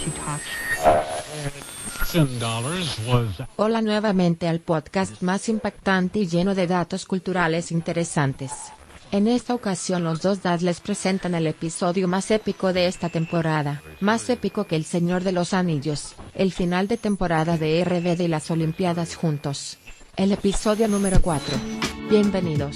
Hola nuevamente al podcast más impactante y lleno de datos culturales interesantes. En esta ocasión los dos dads les presentan el episodio más épico de esta temporada, más épico que El Señor de los Anillos, el final de temporada de RBD y las Olimpiadas juntos. El episodio número 4. Bienvenidos.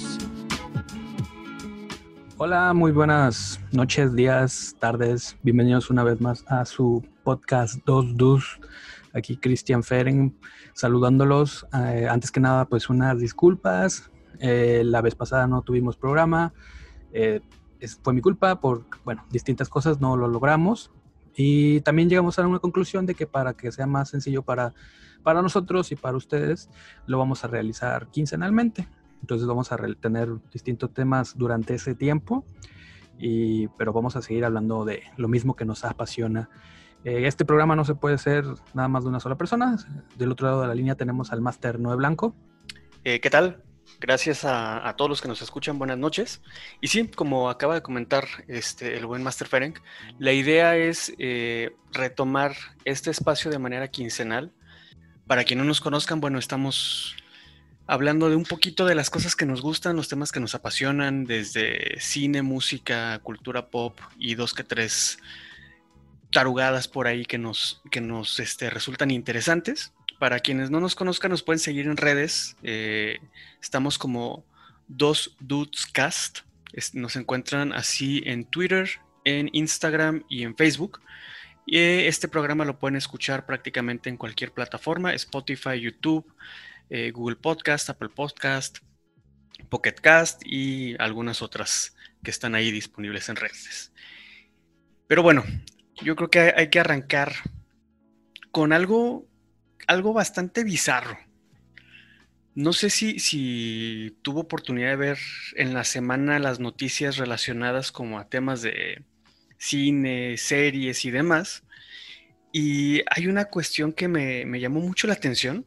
Hola, muy buenas noches, días, tardes. Bienvenidos una vez más a su podcast Dos Dus. Aquí Cristian Feren saludándolos. Antes que nada, pues unas disculpas. La vez pasada no tuvimos programa. Fue mi culpa por, distintas cosas no lo logramos. Y también llegamos a una conclusión de que para que sea más sencillo para nosotros y para ustedes, lo vamos a realizar quincenalmente. Entonces vamos a tener distintos temas durante ese tiempo, pero vamos a seguir hablando de lo mismo que nos apasiona. Este programa no se puede hacer nada más de una sola persona. Del otro lado de la línea tenemos al Máster Noé Blanco. ¿Qué tal? Gracias a todos los que nos escuchan, buenas noches. Y sí, como acaba de comentar el buen Máster Ferenc, la idea es retomar este espacio de manera quincenal. Para quienes no nos conozcan, estamos hablando de un poquito de las cosas que nos gustan, los temas que nos apasionan, desde cine, música, cultura pop y dos que tres tarugadas por ahí que nos resultan interesantes. Para quienes no nos conozcan, nos pueden seguir en redes. Estamos como Dos Dudes Cast. Nos encuentran así en Twitter, en Instagram y en Facebook. Y este programa lo pueden escuchar prácticamente en cualquier plataforma: Spotify, YouTube, Google Podcast, Apple Podcast, Pocket Cast y algunas otras que están ahí disponibles en redes. Pero bueno, yo creo que hay que arrancar con algo bastante bizarro. No sé si tuvo oportunidad de ver en la semana las noticias relacionadas como a temas de cine, series y demás. Y hay una cuestión que me llamó mucho la atención,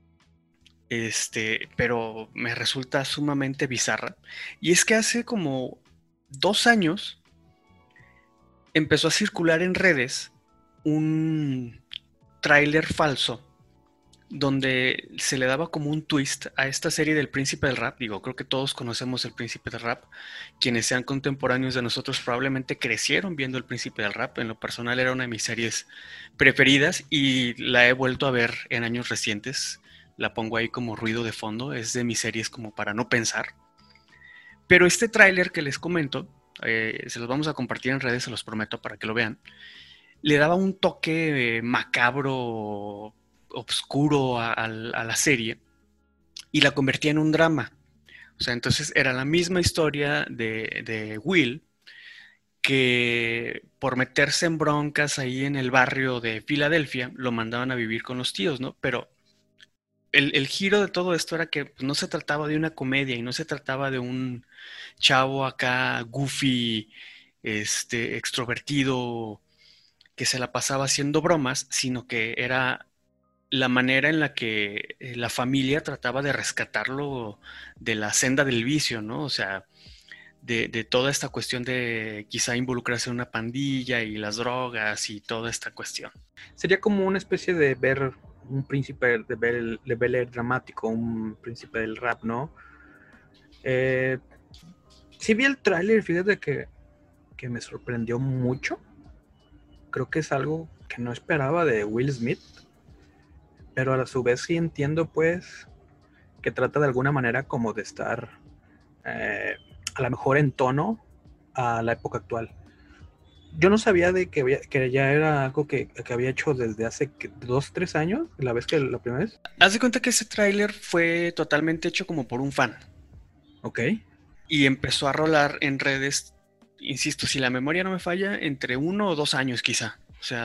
pero me resulta sumamente bizarra. Y es que hace como 2 años empezó a circular en redes un tráiler falso donde se le daba como un twist a esta serie del Príncipe del Rap. Digo, creo que todos conocemos el Príncipe del Rap. Quienes sean contemporáneos de nosotros probablemente crecieron viendo el Príncipe del Rap. En lo personal era una de mis series preferidas y la he vuelto a ver en años recientes. La pongo ahí como ruido de fondo. Es de mis series como para no pensar. Pero este tráiler que les comento, se los vamos a compartir en redes, se los prometo para que lo vean, le daba un toque macabro, obscuro a la serie y la convertía en un drama. O sea, entonces era la misma historia de Will, que por meterse en broncas ahí en el barrio de Filadelfia lo mandaban a vivir con los tíos, ¿no? Pero el giro de todo esto era que no se trataba de una comedia y no se trataba de un chavo acá goofy, extrovertido, que se la pasaba haciendo bromas, sino que era la manera en la que la familia trataba de rescatarlo de la senda del vicio, ¿no? O sea, de toda esta cuestión de quizá involucrarse en una pandilla y las drogas y toda esta cuestión. Sería como una especie de ver un príncipe de Bel Air dramático, un príncipe del rap, ¿no? Sí vi el tráiler, fíjate que me sorprendió mucho. Creo que es algo que no esperaba de Will Smith, pero a su vez sí entiendo pues que trata de alguna manera como de estar a lo mejor en tono a la época actual. Yo no sabía de que ya era algo que había hecho desde hace 2-3 años, la primera vez. Haz de cuenta que ese tráiler fue totalmente hecho como por un fan. Ok. Y empezó a rolar en redes, insisto, si la memoria no me falla, entre 1 o 2 años quizá. O sea,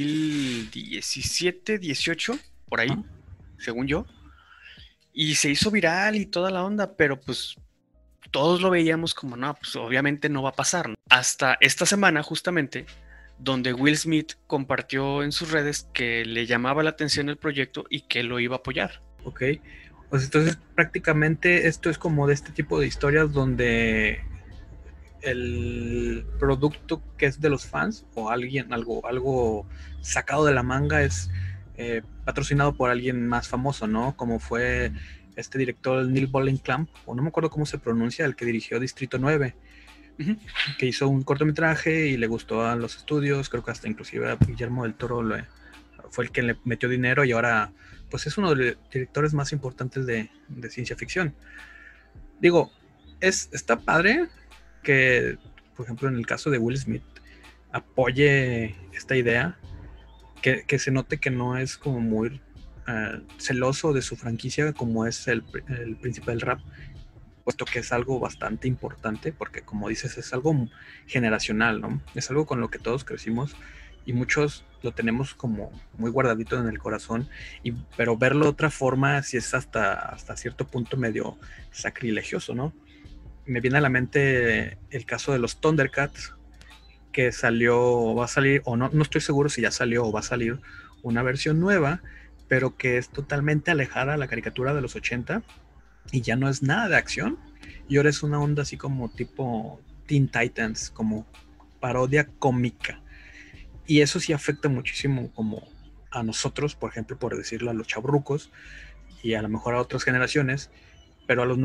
2017, 18, por ahí, según yo. Y se hizo viral y toda la onda, pero pues todos lo veíamos como, no, pues obviamente no va a pasar, ¿no? Hasta esta semana, justamente, donde Will Smith compartió en sus redes que le llamaba la atención el proyecto y que lo iba a apoyar. Ok. Pues entonces prácticamente esto es como de este tipo de historias donde el producto que es de los fans o algo sacado de la manga es patrocinado por alguien más famoso, ¿no? Como fue este director Neil Blomkamp, o no me acuerdo cómo se pronuncia, el que dirigió Distrito 9, que hizo un cortometraje y le gustó a los estudios, creo que hasta inclusive a Guillermo del Toro fue el que le metió dinero y ahora pues es uno de los directores más importantes de ciencia ficción. Digo, está padre que, por ejemplo, en el caso de Will Smith, apoye esta idea, que se note que no es como muy celoso de su franquicia como es el príncipe del rap, puesto que es algo bastante importante, porque como dices, es algo generacional, ¿no? Es algo con lo que todos crecimos y muchos lo tenemos como muy guardadito en el corazón, pero verlo de otra forma sí es hasta cierto punto medio sacrilegioso, ¿no? Me viene a la mente el caso de los Thundercats, que va a salir, o no estoy seguro si ya salió o va a salir una versión nueva, pero que es totalmente alejada a la caricatura de los 80 y ya no es nada de acción, y ahora es una onda así como tipo Teen Titans, como parodia cómica. Y eso sí afecta muchísimo como a nosotros, por ejemplo, por decirlo, a los chavorrucos y a lo mejor a otras generaciones, pero a las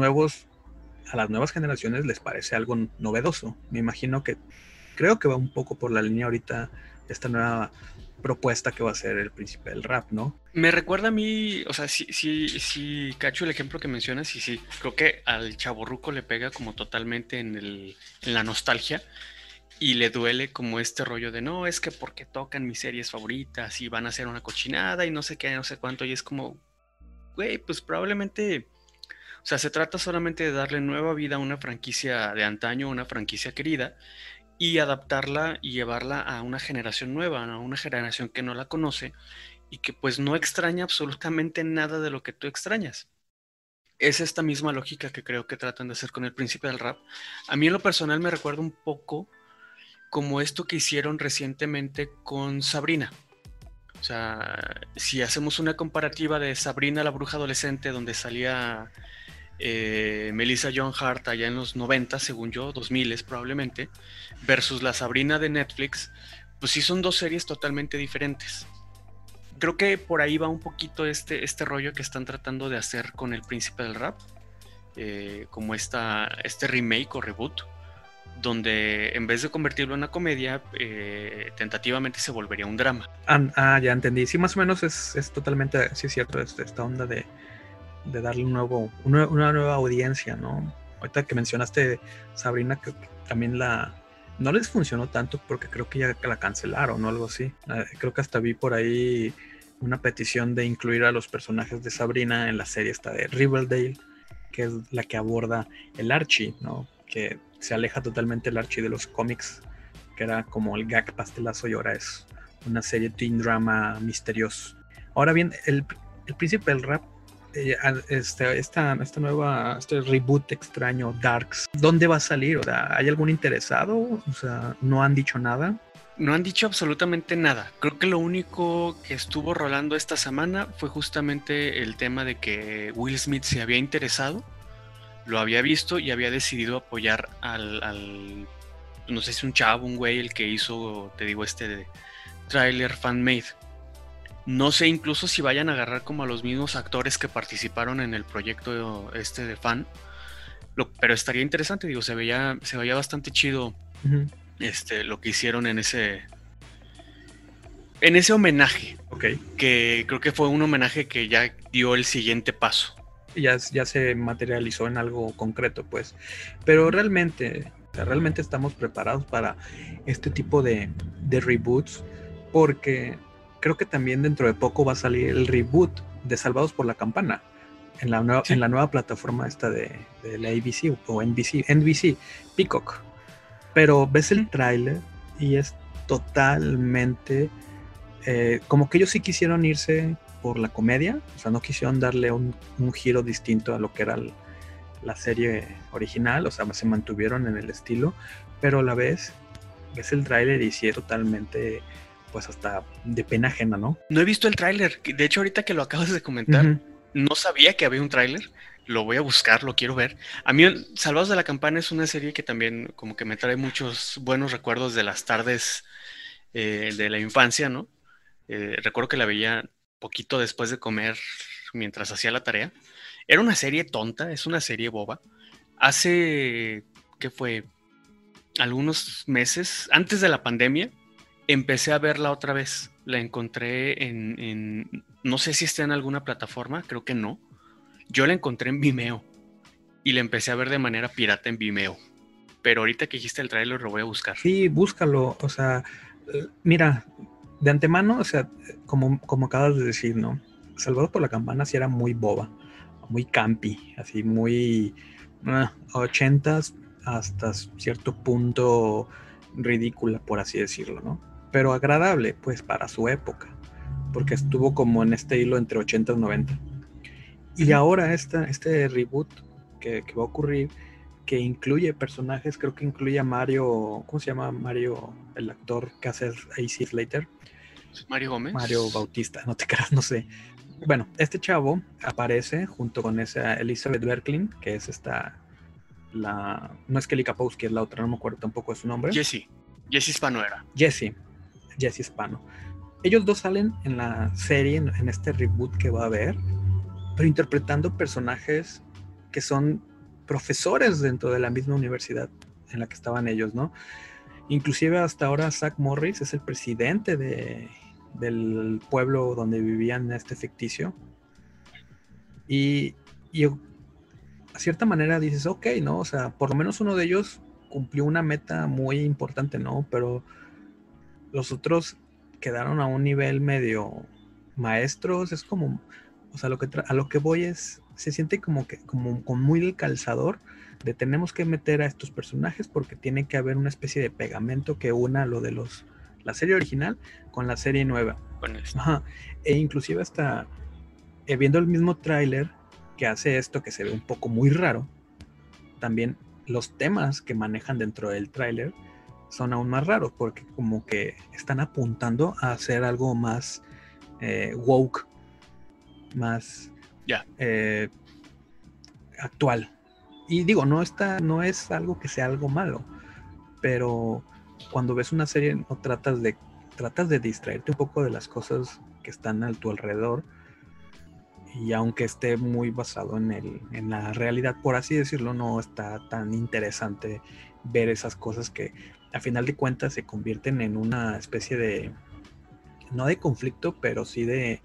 nuevas generaciones les parece algo novedoso. Me imagino creo que va un poco por la línea ahorita esta nueva propuesta que va a ser el príncipe del rap, ¿no? Me recuerda a mí, o sea, sí, cacho el ejemplo que mencionas y sí, creo que al chavorruco le pega como totalmente en la nostalgia. Y le duele como este rollo de no, es que porque tocan mis series favoritas y van a hacer una cochinada y no sé qué, no sé cuánto. Y es como, güey, pues probablemente, o sea, se trata solamente de darle nueva vida a una franquicia de antaño, una franquicia querida, y adaptarla y llevarla a una generación nueva, a una generación que no la conoce y que pues no extraña absolutamente nada de lo que tú extrañas. Es esta misma lógica que creo que tratan de hacer con el príncipe del rap. A mí en lo personal me recuerda un poco como esto que hicieron recientemente con Sabrina. O sea, si hacemos una comparativa de Sabrina la bruja adolescente, donde salía Melissa Joan Hart allá en los 90, según yo, 2000 probablemente, versus la Sabrina de Netflix, pues sí son dos series totalmente diferentes. Creo que por ahí va un poquito este rollo que están tratando de hacer con el príncipe del rap, como este remake o reboot, donde en vez de convertirlo en una comedia, tentativamente se volvería un drama. Ya entendí. Sí, más o menos es totalmente, sí es cierto, esta onda de darle una nueva audiencia, ¿no? Ahorita que mencionaste Sabrina, que también no les funcionó tanto porque creo que ya la cancelaron o algo así. Creo que hasta vi por ahí una petición de incluir a los personajes de Sabrina en la serie esta de Riverdale, que es la que aborda el Archie, ¿no? Que se aleja totalmente el Archie de los cómics, que era como el gag pastelazo, y ahora es una serie teen drama misterioso. Ahora bien, el príncipe del rap, este reboot extraño, Darks, ¿dónde va a salir? O sea, ¿hay algún interesado? O sea, ¿no han dicho nada? No han dicho absolutamente nada. Creo que lo único que estuvo rolando esta semana fue justamente el tema de que Will Smith se había interesado, lo había visto y había decidido apoyar al no sé si un chavo, un güey, el que hizo, te digo, de trailer fan-made. No sé incluso si vayan a agarrar como a los mismos actores que participaron en el proyecto de fan. Pero estaría interesante, digo, se veía bastante chido lo que hicieron en ese homenaje. Okay. Que creo que fue un homenaje que ya dio el siguiente paso. Ya se materializó en algo concreto, pues. Pero realmente estamos preparados para este tipo de reboots, porque creo que también dentro de poco va a salir el reboot de Salvados por la Campana en la nueva plataforma esta de la ABC o NBC, Peacock. Pero ves el tráiler y es totalmente como que ellos sí quisieron irse por la comedia, o sea, no quisieron darle un giro distinto a lo que era la serie original, o sea, se mantuvieron en el estilo, pero a la vez ves el tráiler y sí es totalmente, pues hasta de pena ajena, ¿no? No he visto el tráiler, de hecho ahorita que lo acabas de comentar, no sabía que había un tráiler, Lo voy a buscar, lo quiero ver. A mí, Salvados de la Campana es una serie que también como que me trae muchos buenos recuerdos de las tardes de la infancia, ¿no? Recuerdo que la veía poquito después de comer mientras hacía la tarea. Era una serie tonta, es una serie boba. Hace, ¿qué fue? Algunos meses, antes de la pandemia, empecé a verla otra vez. La encontré no sé si está en alguna plataforma, creo que no. Yo la encontré en Vimeo y la empecé a ver de manera pirata en Vimeo. Pero ahorita que dijiste el tráiler lo voy a buscar. Sí, búscalo, o sea, mira, de antemano, o sea, como acabas de decir, ¿no? Salvados por la Campana sí era muy boba, muy campi, así muy 80s hasta cierto punto ridícula, por así decirlo, ¿no? Pero agradable, pues, para su época, porque estuvo como en este hilo entre 80 y 90. Y ahora este reboot que va a ocurrir, que incluye personajes, creo que incluye a Mario, ¿cómo se llama Mario, el actor que hace AC Slater? Mario Gómez. Mario Bautista, no te creas, no sé. Bueno, este chavo aparece junto con esa Elizabeth Berklin, que es no es Kelly Kapowski, es la otra, no me acuerdo tampoco de su nombre. Jessie Spano era. Jessie Spano. Ellos dos salen en la serie, en este reboot que va a haber, pero interpretando personajes que son profesores dentro de la misma universidad en la que estaban ellos, ¿no? Inclusive hasta ahora Zach Morris es el presidente del pueblo donde vivían ficticio. Y a cierta manera dices, ok, ¿no? O sea, por lo menos uno de ellos cumplió una meta muy importante, ¿no? Pero los otros quedaron a un nivel medio maestros, es como, o sea, a lo que voy es, se siente como con muy el calzador de tenemos que meter a estos personajes porque tiene que haber una especie de pegamento que una lo de la serie original con la serie nueva. Ajá. E inclusive hasta viendo el mismo tráiler que hace esto que se ve un poco muy raro, también los temas que manejan dentro del tráiler son aún más raros porque como que están apuntando a hacer algo más woke, más actual. Y digo, no es algo que sea algo malo, pero cuando ves una serie no tratas de distraerte un poco de las cosas que están a tu alrededor, y aunque esté muy basado en la realidad, por así decirlo, no está tan interesante ver esas cosas que a final de cuentas se convierten en una especie de, no de conflicto, pero sí de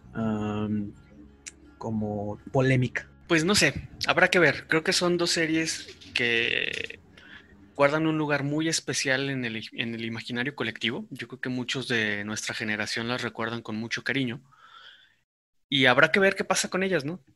como polémica. Pues no sé, habrá que ver. Creo que son dos series que guardan un lugar muy especial en el imaginario colectivo. Yo creo que muchos de nuestra generación las recuerdan con mucho cariño. Y habrá que ver qué pasa con ellas, ¿no?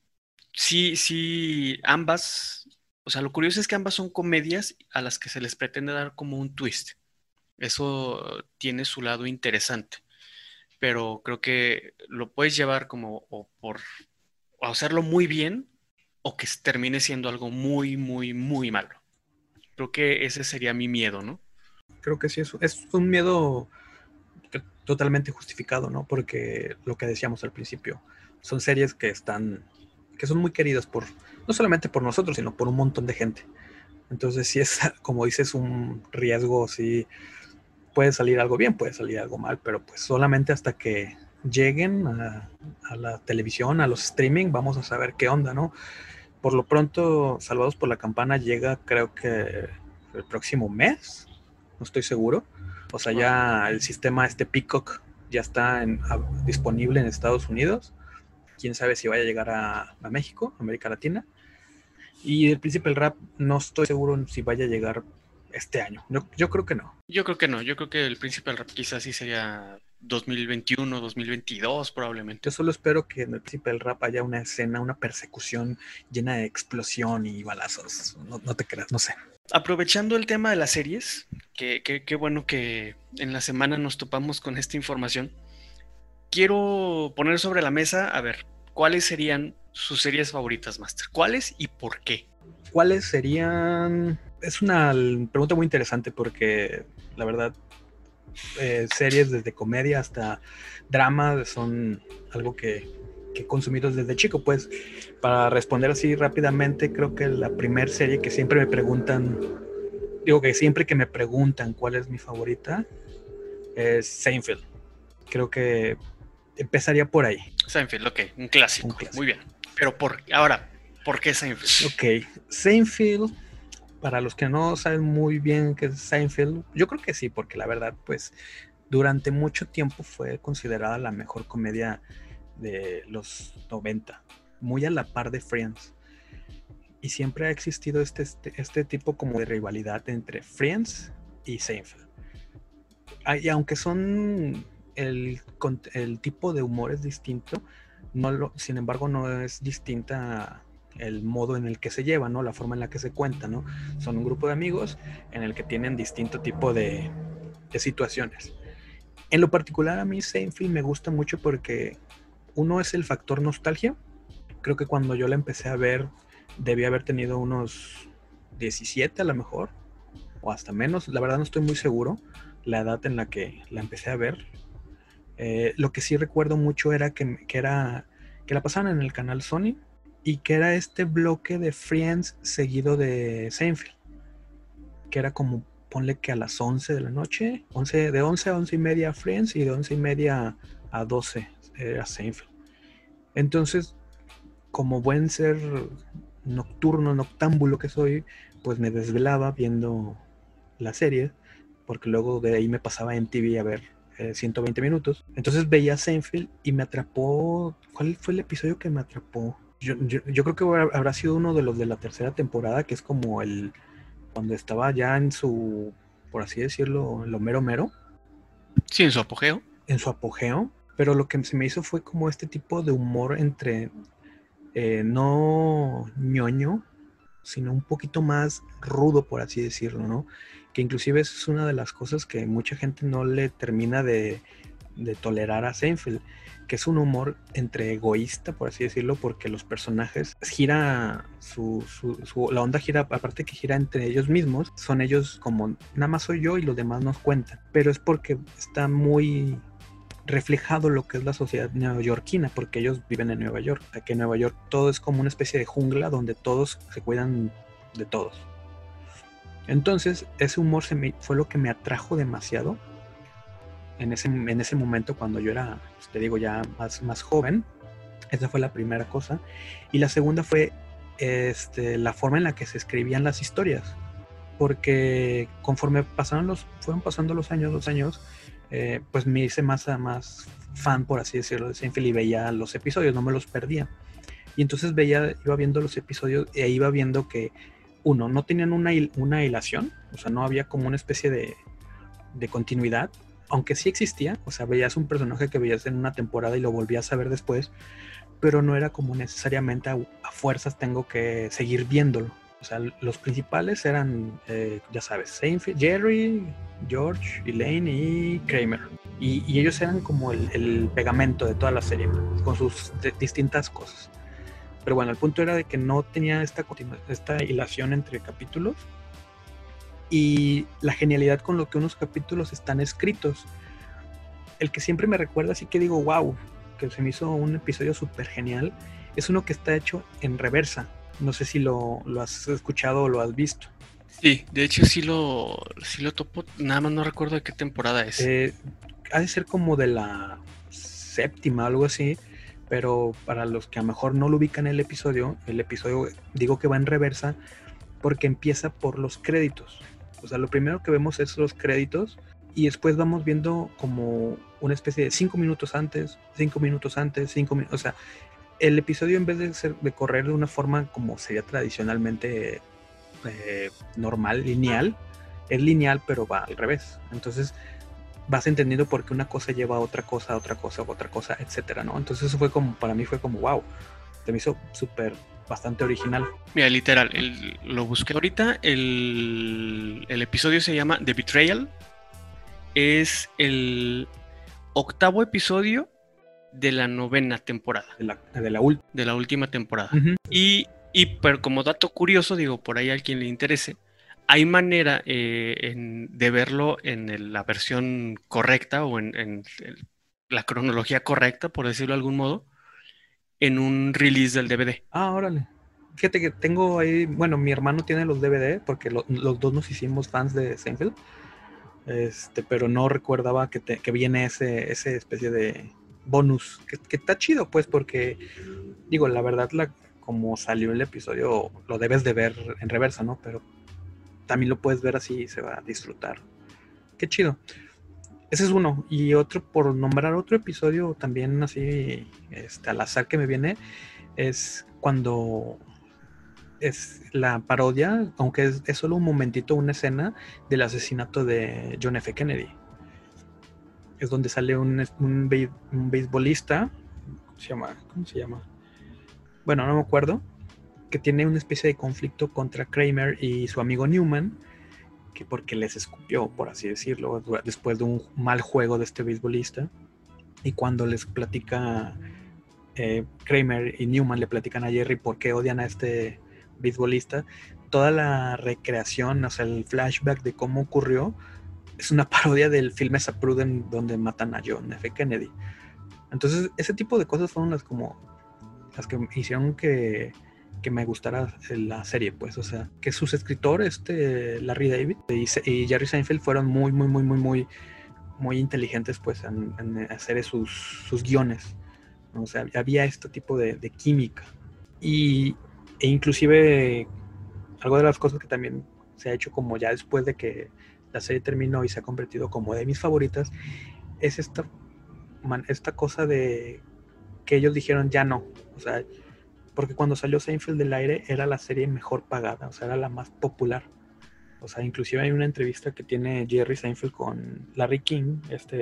Sí, ambas, o sea, lo curioso es que ambas son comedias a las que se les pretende dar como un twist. Eso tiene su lado interesante, pero creo que lo puedes llevar como o hacerlo muy bien o que termine siendo algo muy, muy, muy malo. Creo que ese sería mi miedo, ¿no? Creo que sí, es un miedo totalmente justificado, ¿no? Porque lo que decíamos al principio, son series que son muy queridas no solamente por nosotros, sino por un montón de gente. Entonces, si es, como dices, un riesgo, sí, puede salir algo bien, puede salir algo mal, pero pues solamente hasta que lleguen a la televisión, a los streaming, vamos a saber qué onda, ¿no? Por lo pronto, Salvados por la Campana llega, creo que el próximo mes, no estoy seguro. O sea, ya el sistema Peacock ya está disponible en Estados Unidos. Quién sabe si vaya a llegar a México, América Latina. Y el Príncipe del Rap no estoy seguro si vaya a llegar este año. Yo creo que no. Yo creo que no. Yo creo que el Príncipe del Rap quizás sí sería 2021, 2022 probablemente. Yo solo espero que en el Príncipe del Rap haya una escena, una persecución llena de explosión y balazos. No te creas, no sé. Aprovechando el tema de las series, qué bueno que en la semana nos topamos con esta información. Quiero poner sobre la mesa, a ver, ¿cuáles serían sus series favoritas, Master? ¿Cuáles y por qué? ¿Cuáles serían? Es una pregunta muy interesante porque la verdad series desde comedia hasta drama son algo que que he consumido desde chico. Pues para responder así rápidamente, creo que la primera serie que siempre me preguntan, siempre que me preguntan cuál es mi favorita, es Seinfeld. Creo que empezaría por ahí. Seinfeld, ok, un clásico. Muy bien. Pero ¿por qué Seinfeld? Ok, Seinfeld, para los que no saben muy bien qué es Seinfeld, yo creo que sí, porque la verdad, pues, durante mucho tiempo fue considerada la mejor comedia de los 90, muy a la par de Friends. Y siempre ha existido este tipo como de rivalidad entre Friends y Seinfeld. Y aunque son el tipo de humor es distinto, sin embargo no es distinta el modo en el que se lleva, ¿no? La forma en la que se cuenta, ¿no? Son un grupo de amigos en el que tienen distinto tipo de situaciones. En lo particular a mí Seinfeld me gusta mucho porque uno es el factor nostalgia. Creo que cuando yo la empecé a ver debí haber tenido unos 17 a lo mejor, o hasta menos, la verdad no estoy muy seguro la edad en la que la empecé a ver. Lo que sí recuerdo mucho era que la pasaban en el canal Sony y que era este bloque de Friends seguido de Seinfeld, que era como, ponle que a las 11 de la noche, de 11 a 11 y media Friends y de 11 y media a 12 era Seinfeld. Entonces, como buen ser noctámbulo que soy, pues me desvelaba viendo la serie, porque luego de ahí me pasaba en TV a ver 120 minutos. Entonces veía Seinfeld y me atrapó. ¿Cuál fue el episodio que me atrapó? Yo creo que habrá sido uno de los de la tercera temporada, que es como cuando estaba ya en su, por así decirlo, en lo mero mero. Sí, en su apogeo. En su apogeo. Pero lo que se me hizo fue como este tipo de humor entre no ñoño, sino un poquito más rudo, por así decirlo, ¿no? Que inclusive es una de las cosas que mucha gente no le termina de tolerar a Seinfeld, que es un humor entre egoísta, por así decirlo, porque los personajes la onda gira, aparte que gira entre ellos mismos, son ellos como, nada más soy yo y los demás nos cuentan, pero es porque está muy reflejado lo que es la sociedad neoyorquina, porque ellos viven en Nueva York. Aquí en Nueva York todo es como una especie de jungla donde todos se cuidan de todos. Entonces ese humor fue lo que me atrajo demasiado en ese momento, cuando yo era, pues, te digo, ya más joven. Esa fue la primera cosa. Y la segunda fue la forma en la que se escribían las historias, porque conforme fueron pasando los años, pues me hice más fan, por así decirlo, de Seinfeld, y veía los episodios, no me los perdía. Y entonces iba viendo los episodios e iba viendo que, uno, no tenían una hilación, o sea, no había como una especie de continuidad, aunque sí existía, o sea, veías un personaje que veías en una temporada y lo volvías a ver después, pero no era como necesariamente a fuerzas tengo que seguir viéndolo. O sea, los principales eran, ya sabes, Seinfeld, Jerry, George, Elaine y Kramer. Y ellos eran como el pegamento de toda la serie, con sus distintas cosas. Pero bueno, el punto era de que no tenía esta hilación entre capítulos, y la genialidad con lo que unos capítulos están escritos. El que siempre me recuerda, así que digo, wow, que se me hizo un episodio súper genial, es uno que está hecho en reversa. No sé si lo has escuchado o lo has visto. Sí, de hecho sí lo topo, nada más no recuerdo de qué temporada es. Ha de ser como de la séptima, algo así, pero para los que a lo mejor no lo ubican el episodio digo que va en reversa porque empieza por los créditos. O sea, lo primero que vemos es los créditos y después vamos viendo como una especie de 5 minutos antes, 5 minutos antes, 5 minutos. O sea, el episodio, en vez de correr de una forma como sería tradicionalmente normal, lineal, es lineal, pero va al revés. Entonces vas entendiendo por qué una cosa lleva a otra cosa, etcétera, ¿no? Entonces eso fue como, para mí fue como, wow, se me hizo bastante original. Mira, literal, lo busqué ahorita, el episodio se llama The Betrayal, es el 8º episodio de la 9ª temporada. De la última temporada. Uh-huh. Pero como dato curioso, digo, por ahí a quien le interese, hay manera de verlo en la versión correcta o en la cronología correcta, por decirlo de algún modo, en un release del DVD. Ah, órale. Fíjate que tengo ahí, bueno, mi hermano tiene los DVD porque los dos nos hicimos fans de Seinfeld, pero no recordaba que viene ese especie de bonus, que está chido, pues, porque, digo, la verdad, como salió el episodio, lo debes de ver en reversa, ¿no? Pero también lo puedes ver así y se va a disfrutar. Qué chido. Ese es uno. Y otro, por nombrar otro episodio también así, al azar que me viene, es cuando es la parodia, aunque es solo un momentito, una escena del asesinato de John F. Kennedy. Es donde sale un beisbolista, ¿cómo se llama? Bueno, no me acuerdo, que tiene una especie de conflicto contra Kramer y su amigo Newman, que porque les escupió, por así decirlo, después de un mal juego de este beisbolista. Y cuando les platica Kramer y Newman le platican a Jerry por qué odian a este beisbolista, toda la recreación, o sea, el flashback de cómo ocurrió, es una parodia del filme Zapruder donde matan a John F. Kennedy. Entonces, ese tipo de cosas fueron las que hicieron que me gustara la serie, pues, o sea, que sus escritores, Larry David y Jerry Seinfeld fueron muy, muy, muy, muy, muy, muy inteligentes, pues, en hacer sus guiones, ¿no? O sea, había este tipo de química. E inclusive algo de las cosas que también se ha hecho como ya después de que la serie terminó y se ha convertido como de mis favoritas, es esta cosa de que ellos dijeron ya no, o sea, porque cuando salió Seinfeld del aire era la serie mejor pagada, o sea, era la más popular. O sea, inclusive hay una entrevista que tiene Jerry Seinfeld con Larry King,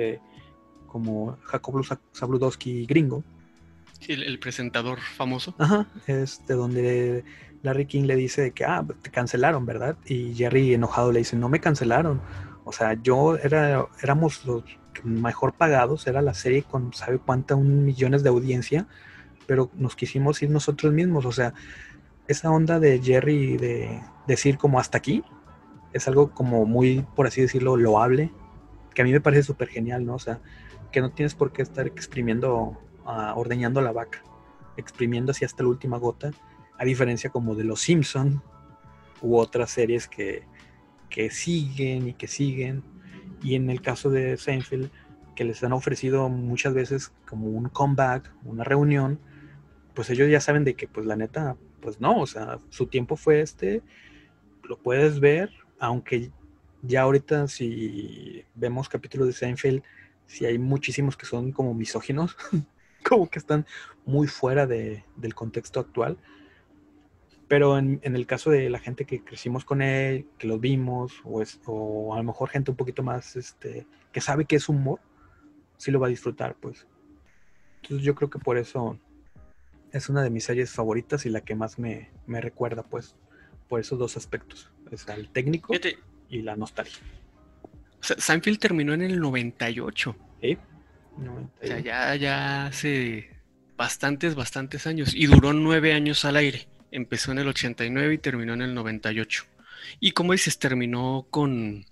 como Jacob Zabludowski gringo. Sí, el presentador famoso. Ajá, donde Larry King le dice que, te cancelaron, ¿verdad? Y Jerry enojado le dice, no me cancelaron. O sea, éramos los mejor pagados, era la serie con, ¿sabe cuánta? 1 millones de audiencia, pero nos quisimos ir nosotros mismos. O sea, esa onda de Jerry de decir como hasta aquí, es algo como muy, por así decirlo, loable, que a mí me parece súper genial, ¿no? O sea, que no tienes por qué estar exprimiendo, ordeñando la vaca, exprimiendo así hasta la última gota, a diferencia como de Los Simpson u otras series que siguen y que siguen. Y en el caso de Seinfeld, que les han ofrecido muchas veces como un comeback, una reunión, pues ellos ya saben de que, pues la neta, pues no, o sea, su tiempo fue lo puedes ver, aunque ya ahorita si vemos capítulos de Seinfeld, sí hay muchísimos que son como misóginos, como que están muy fuera del contexto actual. Pero en el caso de la gente que crecimos con él, que los vimos, o a lo mejor gente un poquito más, que sabe que es humor, sí lo va a disfrutar, pues. Entonces yo creo que por eso es una de mis series favoritas y la que más me recuerda, pues, por esos dos aspectos. Es el técnico y la nostalgia. O sea, Seinfeld terminó en el 98. ¿Sí? 98. O sea, ya hace bastantes años. Y duró 9 años al aire. Empezó en el 89 y terminó en el 98. Y como dices, terminó con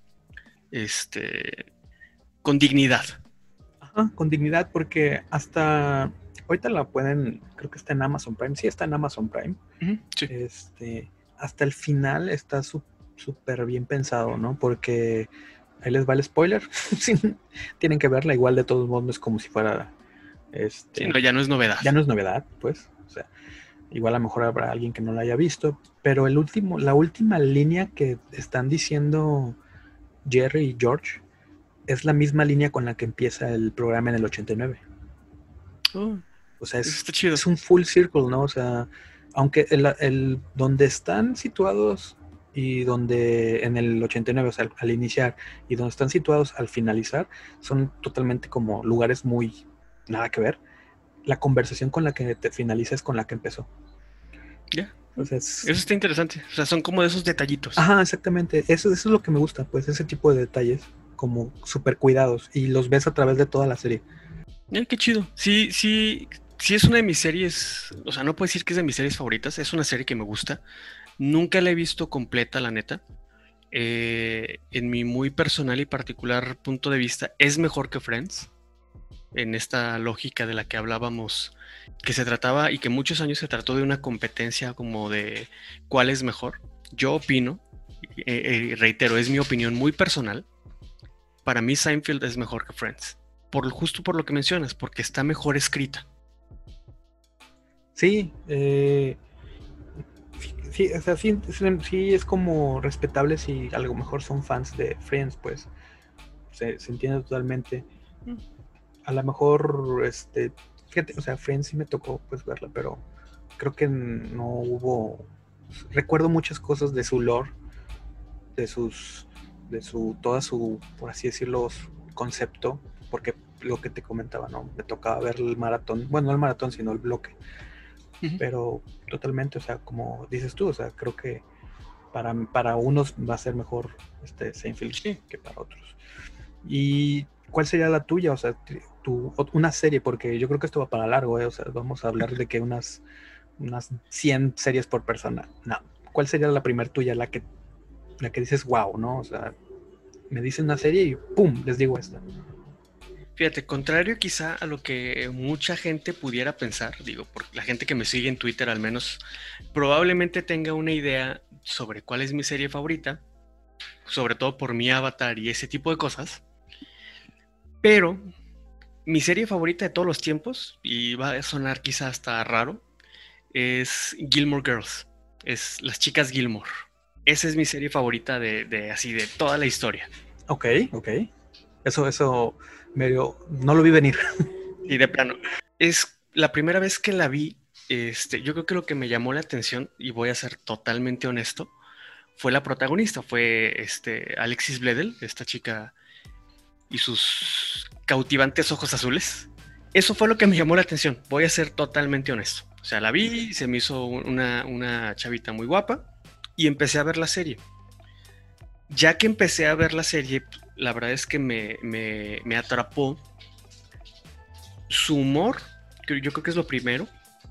dignidad. Ajá, con dignidad, porque hasta ahorita la pueden, creo que está en Amazon Prime. Sí, está en Amazon Prime. Sí. Hasta el final está súper bien pensado, ¿no? Porque ahí les va el spoiler. Tienen que verla, igual de todos modos, no es como si fuera sí, no, ya no es novedad. Ya no es novedad, pues. O sea, igual a lo mejor habrá alguien que no la haya visto. Pero la última línea que están diciendo Jerry y George es la misma línea con la que empieza el programa en el 89. O sea, es un full circle, ¿no? O sea, aunque donde están situados y donde en el 89, o sea, al iniciar, y donde están situados al finalizar, son totalmente como lugares muy nada que ver. La conversación con la que te finaliza es con la que empezó. Ya. O sea, eso está interesante. O sea, son como de esos detallitos. Ajá, exactamente. Eso es lo que me gusta, pues, ese tipo de detalles, como súper cuidados, y los ves a través de toda la serie. Qué chido. Sí, es una de mis series. O sea, no puedo decir que es de mis series favoritas. Es una serie que me gusta. Nunca la he visto completa, la neta. En mi muy personal y particular punto de vista, es mejor que Friends. en esta lógica de la que hablábamos, que se trataba y que muchos años se trató de una competencia como de cuál es mejor. Yo opino, reitero, es mi opinión muy personal. Para mí Seinfeld es mejor que Friends. Justo por lo que mencionas, porque está mejor escrita. Sí, sí, o sea, sí es como respetable si a lo mejor son fans de Friends, pues se entiende totalmente. A lo mejor, fíjate, o sea, Friends sí me tocó pues verla, pero creo que no hubo, recuerdo muchas cosas de su lore, toda su, por así decirlo, su concepto, porque lo que te comentaba, ¿no? Me tocaba ver el maratón, bueno, no el maratón, sino el bloque, pero totalmente, o sea, como dices tú, o sea, creo que para unos va a ser mejor Seinfeld que para otros. ¿Y cuál sería la tuya? O sea, una serie, porque yo creo que esto va para largo, o sea, vamos a hablar de que unas 100 series por persona. No, ¿cuál sería la primer tuya, la que dices, wow, ¿no? O sea, me dicen una serie y ¡pum! Les digo esta. Fíjate, contrario quizá a lo que mucha gente pudiera pensar, digo, por la gente que me sigue en Twitter al menos, probablemente tenga una idea sobre cuál es mi serie favorita, sobre todo por mi avatar y ese tipo de cosas, pero mi serie favorita de todos los tiempos, y va a sonar quizá hasta raro, es Gilmore Girls, es Las Chicas Gilmore. Esa es mi serie favorita así de toda la historia. Ok. Eso medio, no lo vi venir. Y de plano. Es la primera vez que la vi, yo creo que lo que me llamó la atención, y voy a ser totalmente honesto, fue la protagonista, fue Alexis Bledel, esta chica y sus cautivantes ojos azules. Eso fue lo que me llamó la atención, voy a ser totalmente honesto. O sea, la vi, se me hizo una chavita muy guapa y empecé a ver la serie. Ya que empecé a ver la serie, la verdad es que me atrapó su humor, que yo creo que es lo primero.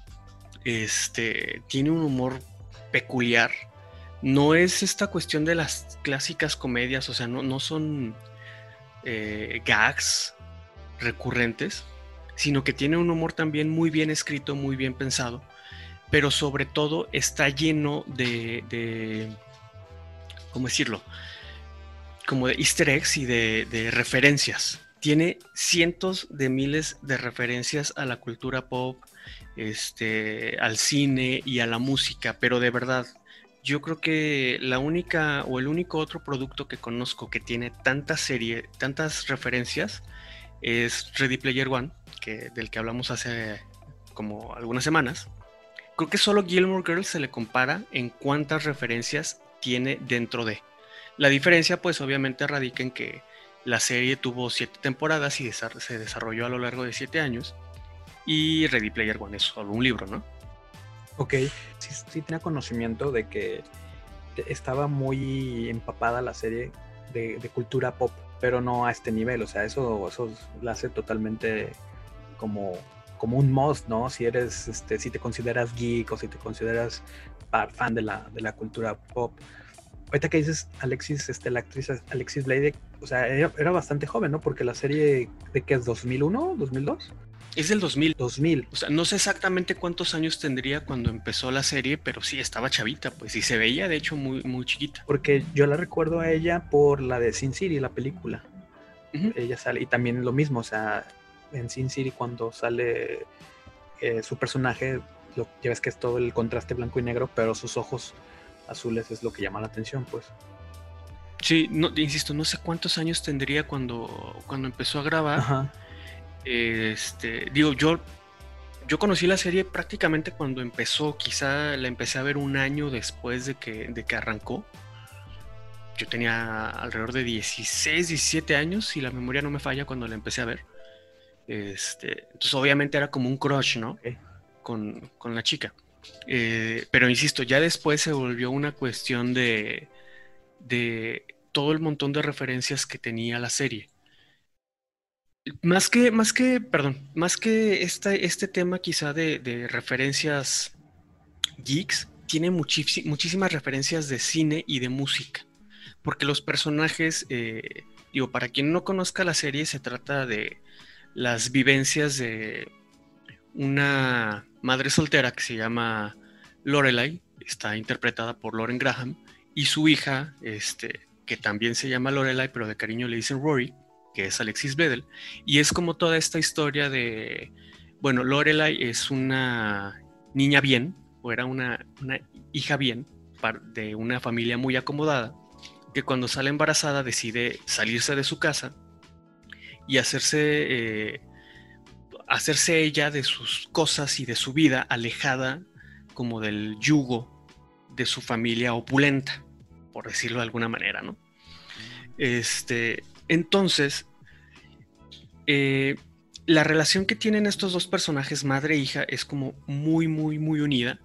Tiene un humor peculiar. No es esta cuestión de las clásicas comedias, o sea, no son gags recurrentes, sino que tiene un humor también muy bien escrito, muy bien pensado, pero sobre todo está lleno de ¿cómo decirlo? Como de easter eggs y de referencias. Tiene cientos de miles de referencias a la cultura pop, al cine y a la música, pero de verdad, yo creo que la única o el único otro producto que conozco que tiene tantas referencias es Ready Player One, del que hablamos hace como algunas semanas. Creo que solo Gilmore Girls se le compara en cuántas referencias tiene dentro de. La diferencia, pues obviamente radica en que la serie tuvo 7 temporadas y se desarrolló a lo largo de 7 años. Y Ready Player One es solo un libro, ¿no? Ok, sí tenía conocimiento de que estaba muy empapada la serie de cultura pop, pero no a este nivel, o sea, eso la hace totalmente como un must, ¿no? Si eres, si te consideras geek o si te consideras fan de la cultura pop. Ahorita que dices Alexis, la actriz Alexis Bledel, o sea, era bastante joven, ¿no? Porque la serie, ¿de qué es? ¿2001? ¿2002? Es del 2000. 2000. O sea, no sé exactamente cuántos años tendría cuando empezó la serie, pero sí, estaba chavita, pues, y se veía, de hecho, muy, muy chiquita. Porque yo la recuerdo a ella por la de Sin City, la película. Uh-huh. Ella sale, y también lo mismo, o sea, en Sin City cuando sale su personaje, ya ves que es todo el contraste blanco y negro, pero sus ojos azules es lo que llama la atención, pues. Sí, no, insisto, no sé cuántos años tendría cuando empezó a grabar. Ajá. Digo, yo conocí la serie prácticamente cuando empezó, quizá la empecé a ver un año después de que arrancó. Yo tenía alrededor de 16, 17 años, si la memoria no me falla, cuando la empecé a ver. Entonces obviamente era como un crush, ¿no? Okay. Con la chica. Pero insisto, ya después se volvió una cuestión de todo el montón de referencias que tenía la serie. Más que este tema quizá de referencias geeks, tiene muchísimas referencias de cine y de música. Porque los personajes, digo, para quien no conozca la serie, se trata de las vivencias de una madre soltera que se llama Lorelai, está interpretada por Lauren Graham, y su hija, que también se llama Lorelai, pero de cariño le dicen Rory, que es Alexis Bledel, y es como toda esta historia de, bueno, Lorelai es una niña bien, o era una hija bien, de una familia muy acomodada, que cuando sale embarazada decide salirse de su casa y hacerse ella de sus cosas y de su vida, alejada como del yugo de su familia opulenta, por decirlo de alguna manera, ¿no? Entonces, la relación que tienen estos dos personajes, madre e hija, es como muy, muy, muy unida.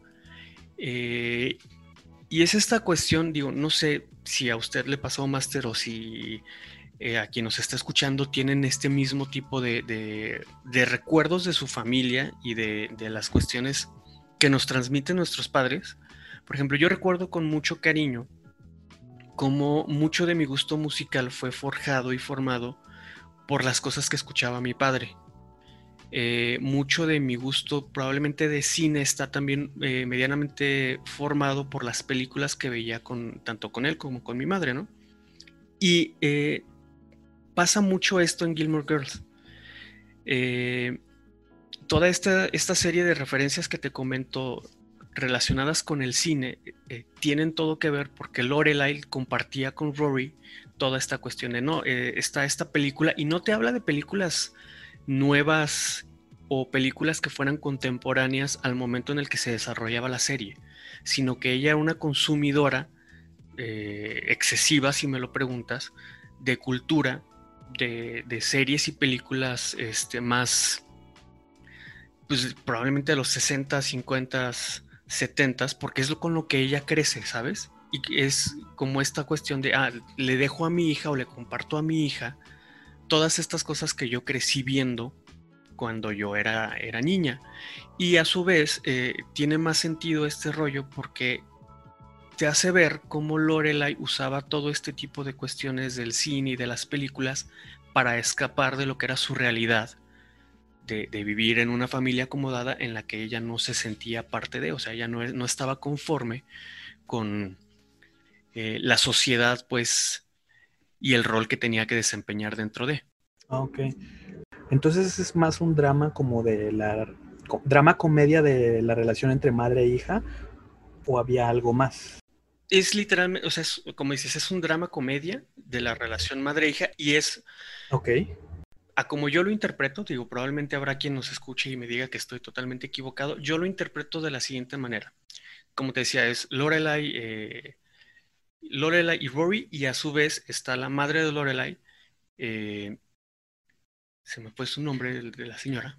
Y es esta cuestión, digo, no sé si a usted le pasó, Master, o si a quien nos está escuchando tienen este mismo tipo de recuerdos de su familia y de las cuestiones que nos transmiten nuestros padres. Por ejemplo, yo recuerdo con mucho cariño cómo mucho de mi gusto musical fue forjado y formado por las cosas que escuchaba mi padre. Mucho de mi gusto probablemente de cine está también medianamente formado por las películas que veía tanto con él como con mi madre, ¿no? Y pasa mucho esto en Gilmore Girls. Toda esta serie de referencias que te comento relacionadas con el cine tienen todo que ver porque Lorelai compartía con Rory toda esta cuestión de está esta película, y no te habla de películas nuevas o películas que fueran contemporáneas al momento en el que se desarrollaba la serie, sino que ella era una consumidora excesiva, si me lo preguntas, de cultura, de series y películas más, pues probablemente de los 60, 50, 70, porque es con lo que ella crece, ¿sabes? Y es como esta cuestión de, le dejo a mi hija o le comparto a mi hija todas estas cosas que yo crecí viendo cuando yo era niña. Y a su vez tiene más sentido este rollo porque te hace ver cómo Lorelai usaba todo este tipo de cuestiones del cine y de las películas para escapar de lo que era su realidad, de vivir en una familia acomodada en la que ella no se sentía parte de, o sea, ella no estaba conforme con la sociedad, pues, y el rol que tenía que desempeñar dentro de. Ok. Entonces es más un drama como drama comedia de la relación entre madre e hija, ¿o había algo más? Es literalmente, o sea, como dices, es un drama comedia de la relación madre-hija, y es, Ok. a como yo lo interpreto, digo, probablemente habrá quien nos escuche y me diga que estoy totalmente equivocado, yo lo interpreto de la siguiente manera. Como te decía, es Lorelai y Rory, y a su vez está la madre de Lorelai, se me fue su nombre de la señora,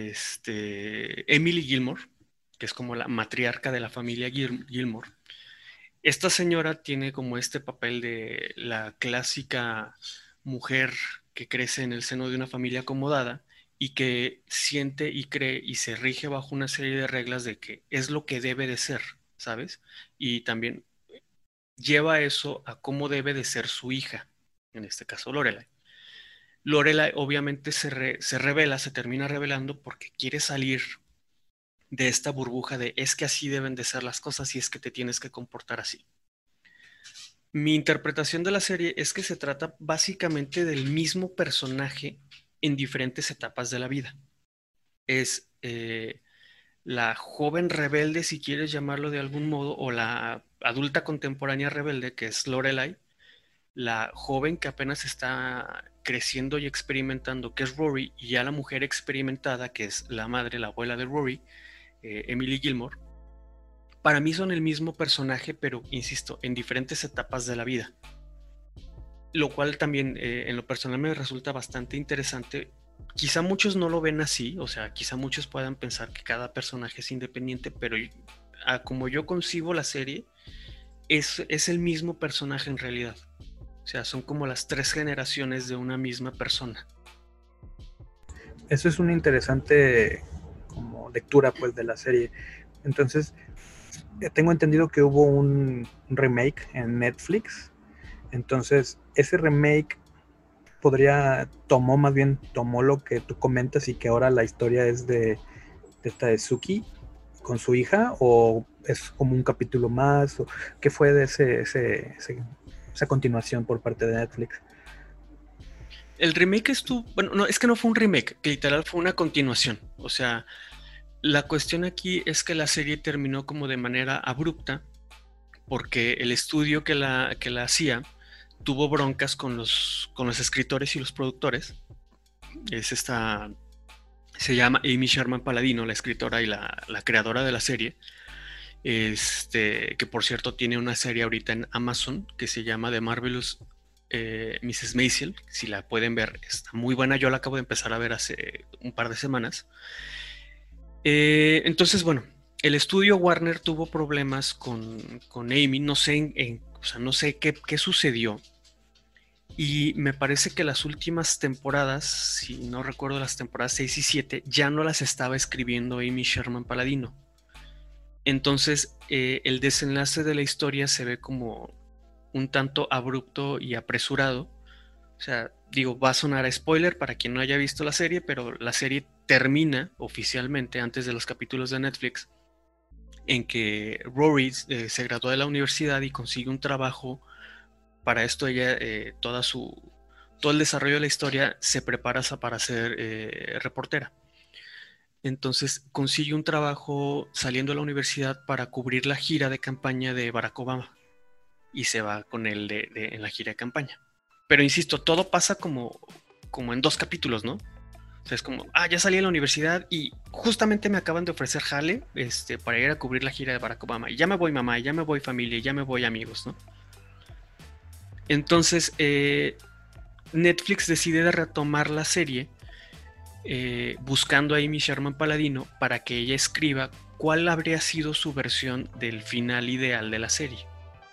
Emily Gilmore, que es como la matriarca de la familia Gilmore. Esta señora tiene como este papel de la clásica mujer que crece en el seno de una familia acomodada y que siente y cree y se rige bajo una serie de reglas de que es lo que debe de ser, ¿sabes? Y también lleva eso a cómo debe de ser su hija, en este caso Lorelai. Lorelai obviamente se revela, se termina revelando porque quiere salir de esta burbuja de es que así deben de ser las cosas y es que te tienes que comportar así. Mi interpretación de la serie es que se trata básicamente del mismo personaje en diferentes etapas de la vida. Es la joven rebelde, si quieres llamarlo de algún modo, o la adulta contemporánea rebelde, que es Lorelai, la joven que apenas está creciendo y experimentando, que es Rory, y ya la mujer experimentada, que es la madre, la abuela de Rory, Emily Gilmore. Para mí son el mismo personaje, pero insisto, en diferentes etapas de la vida. Lo cual también en lo personal me resulta bastante interesante. Quizá muchos no lo ven así, o sea, quizá muchos puedan pensar que cada personaje es independiente, pero como yo concibo la serie, es el mismo personaje en realidad. O sea, son como las 3 generaciones de una misma persona. Eso es una interesante como lectura pues de la serie. Entonces, tengo entendido que hubo un remake en Netflix. Entonces, ese remake tomó lo que tú comentas y que ahora la historia es de esta de Suki con su hija, o es como un capítulo más, o qué fue de esa continuación por parte de Netflix. El remake estuvo, bueno, no, es que no fue un remake, que literal fue una continuación. O sea, la cuestión aquí es que la serie terminó como de manera abrupta, porque el estudio que la hacía tuvo broncas con los escritores y los productores. Se llama Amy Sherman Palladino, la escritora y la creadora de la serie. Que por cierto tiene una serie ahorita en Amazon que se llama The Marvelous Mrs. Maisel. Si la pueden ver, está muy buena. Yo la acabo de empezar a ver hace un par de semanas. Entonces, bueno, el estudio Warner tuvo problemas con Amy. No sé, o sea, no sé qué sucedió. Y me parece que las últimas temporadas, si no recuerdo, las temporadas 6 y 7, ya no las estaba escribiendo Amy Sherman Palladino. Entonces, el desenlace de la historia se ve como un tanto abrupto y apresurado. O sea, digo, va a sonar a spoiler para quien no haya visto la serie, pero la serie termina oficialmente antes de los capítulos de Netflix en que Rory se graduó de la universidad y consigue un trabajo. Para esto ella, todo el desarrollo de la historia se prepara para ser reportera. Entonces consigue un trabajo saliendo de la universidad para cubrir la gira de campaña de Barack Obama y se va con él en la gira de campaña. Pero insisto, todo pasa como en 2 capítulos, ¿no? O sea, es como, ya salí de la universidad y justamente me acaban de ofrecer jale para ir a cubrir la gira de Barack Obama. Y ya me voy mamá, y ya me voy familia, y ya me voy amigos, ¿no? Entonces, Netflix decide de retomar la serie buscando a Amy Sherman Palladino para que ella escriba cuál habría sido su versión del final ideal de la serie.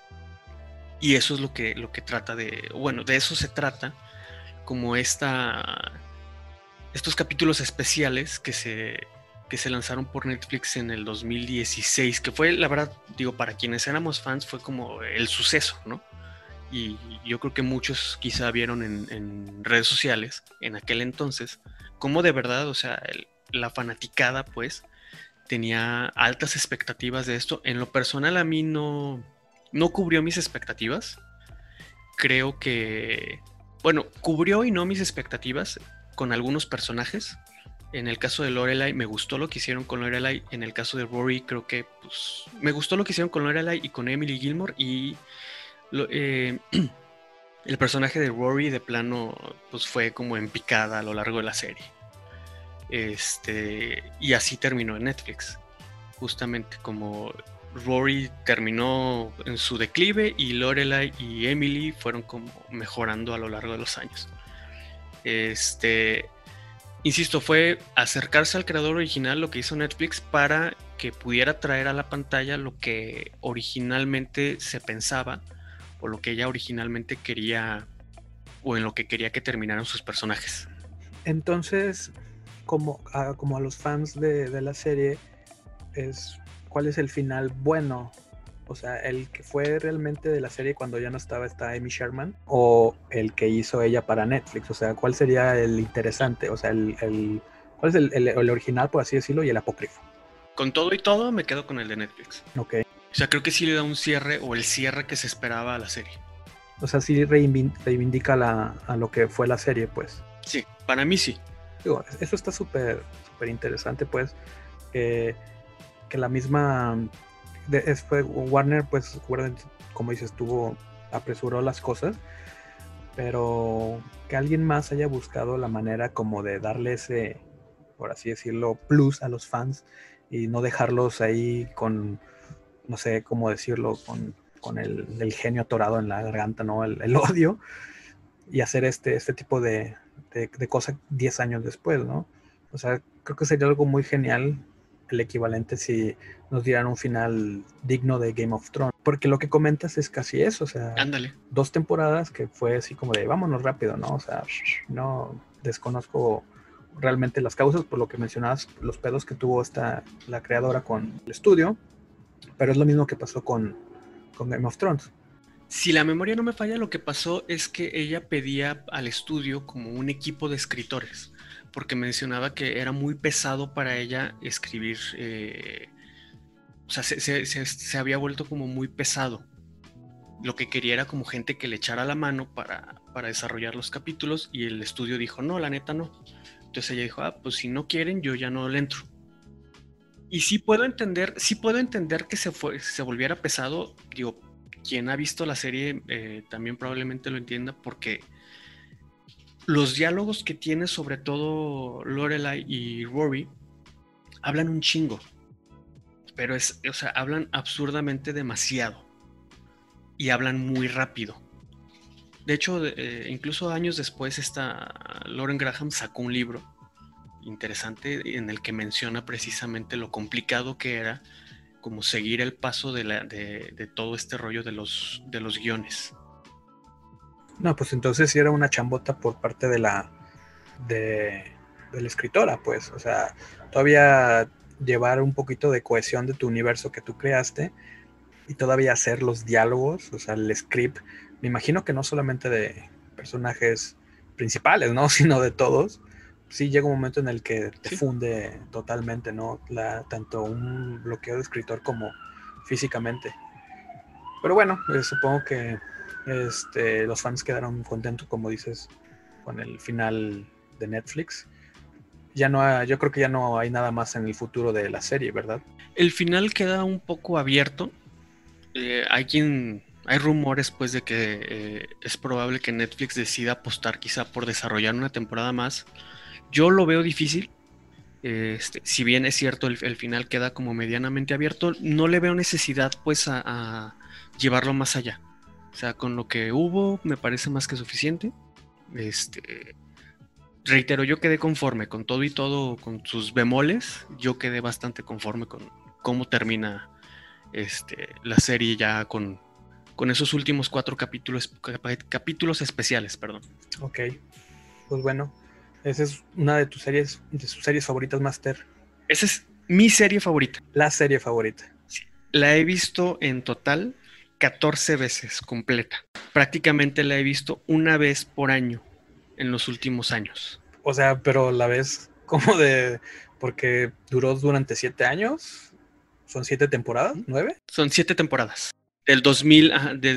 Y eso es lo que trata de... Bueno, de eso se trata como estos capítulos especiales que se lanzaron por Netflix en el 2016, que fue, la verdad, digo, para quienes éramos fans, fue como el suceso, ¿no? Y yo creo que muchos quizá vieron en redes sociales en aquel entonces cómo de verdad, o sea, la fanaticada pues tenía altas expectativas de esto. En lo personal a mí no cubrió mis expectativas. Creo que, bueno, cubrió y no mis expectativas con algunos personajes. En el caso de Lorelai me gustó lo que hicieron con Lorelai. En el caso de Rory creo que pues, me gustó lo que hicieron con Lorelai y con Emily Gilmore. Y el personaje de Rory de plano pues fue como en picada a lo largo de la serie. Y así terminó en Netflix. Justamente como Rory terminó en su declive y Lorelai y Emily fueron como mejorando a lo largo de los años. Insisto, fue acercarse al creador original, lo que hizo Netflix, para que pudiera traer a la pantalla lo que originalmente se pensaba o lo que ella originalmente quería o en lo que quería que terminaran sus personajes. Entonces, como a los fans de la serie, ¿cuál es el final bueno? O sea, ¿el que fue realmente de la serie cuando ya no estaba esta Amy Sherman? ¿O el que hizo ella para Netflix? O sea, ¿cuál sería el interesante? O sea, ¿cuál es el original, por así decirlo, y el apócrifo? Con todo y todo, me quedo con el de Netflix. Ok. O sea, creo que sí le da un cierre o el cierre que se esperaba a la serie. O sea, sí reivindica a lo que fue la serie, pues. Sí, para mí sí. Digo, eso está súper interesante, pues. Que la misma... Warner, pues, como dices, apresuró las cosas, pero que alguien más haya buscado la manera como de darle ese, por así decirlo, plus a los fans y no dejarlos ahí con, no sé cómo decirlo, con el genio atorado en la garganta, ¿no? El odio, y hacer este tipo de cosas 10 años después, ¿no? O sea, creo que sería algo muy genial, el equivalente si nos dieran un final digno de Game of Thrones, porque lo que comentas es casi eso, o sea, ándale, 2 temporadas que fue así como de vámonos rápido, ¿no? O sea, no desconozco realmente las causas, por lo que mencionabas, los pedos que tuvo la creadora con el estudio, pero es lo mismo que pasó con Game of Thrones. Si la memoria no me falla, lo que pasó es que ella pedía al estudio como un equipo de escritores, porque mencionaba que era muy pesado para ella escribir, o sea, se había vuelto como muy pesado. Lo que quería era como gente que le echara la mano para desarrollar los capítulos, y el estudio dijo, no, la neta no. Entonces ella dijo, pues si no quieren, yo ya no le entro. Y sí puedo entender que se volviera pesado. Digo, quien ha visto la serie también probablemente lo entienda, porque los diálogos que tiene, sobre todo Lorelai y Rory, hablan un chingo, pero o sea, hablan absurdamente demasiado y hablan muy rápido. De hecho, incluso años después, Lauren Graham sacó un libro interesante en el que menciona precisamente lo complicado que era como seguir el paso de todo este rollo de los guiones. No, pues entonces sí era una chambota por parte de la escritora, pues, o sea, todavía llevar un poquito de cohesión de tu universo que tú creaste y todavía hacer los diálogos, o sea, el script, me imagino que no solamente de personajes principales, ¿no? Sino de todos. Sí llega un momento en el que te funde totalmente, ¿no? Tanto un bloqueo de escritor como físicamente. Pero bueno, supongo que los fans quedaron contentos, como dices, con el final de Netflix. Yo creo que ya no hay nada más en el futuro de la serie, ¿verdad? El final queda un poco abierto. Hay rumores, pues, de que es probable que Netflix decida apostar quizá por desarrollar una temporada más. Yo lo veo difícil. Si bien es cierto, el final queda como medianamente abierto, no le veo necesidad, pues, a llevarlo más allá. O sea, con lo que hubo me parece más que suficiente. Reitero, yo quedé conforme con todo y todo, con sus bemoles. Yo quedé bastante conforme con cómo termina la serie ya con esos últimos 4 capítulos especiales, perdón. Ok, pues bueno, esa es una de tus series favoritas, Master. Esa es mi serie favorita. La serie favorita. Sí. La he visto en total 14 veces completa. Prácticamente la he visto una vez por año en los últimos años. O sea, pero la ves porque duró durante 7 años. ¿Son 7 temporadas? ¿9? Son 7 temporadas. Del 2000,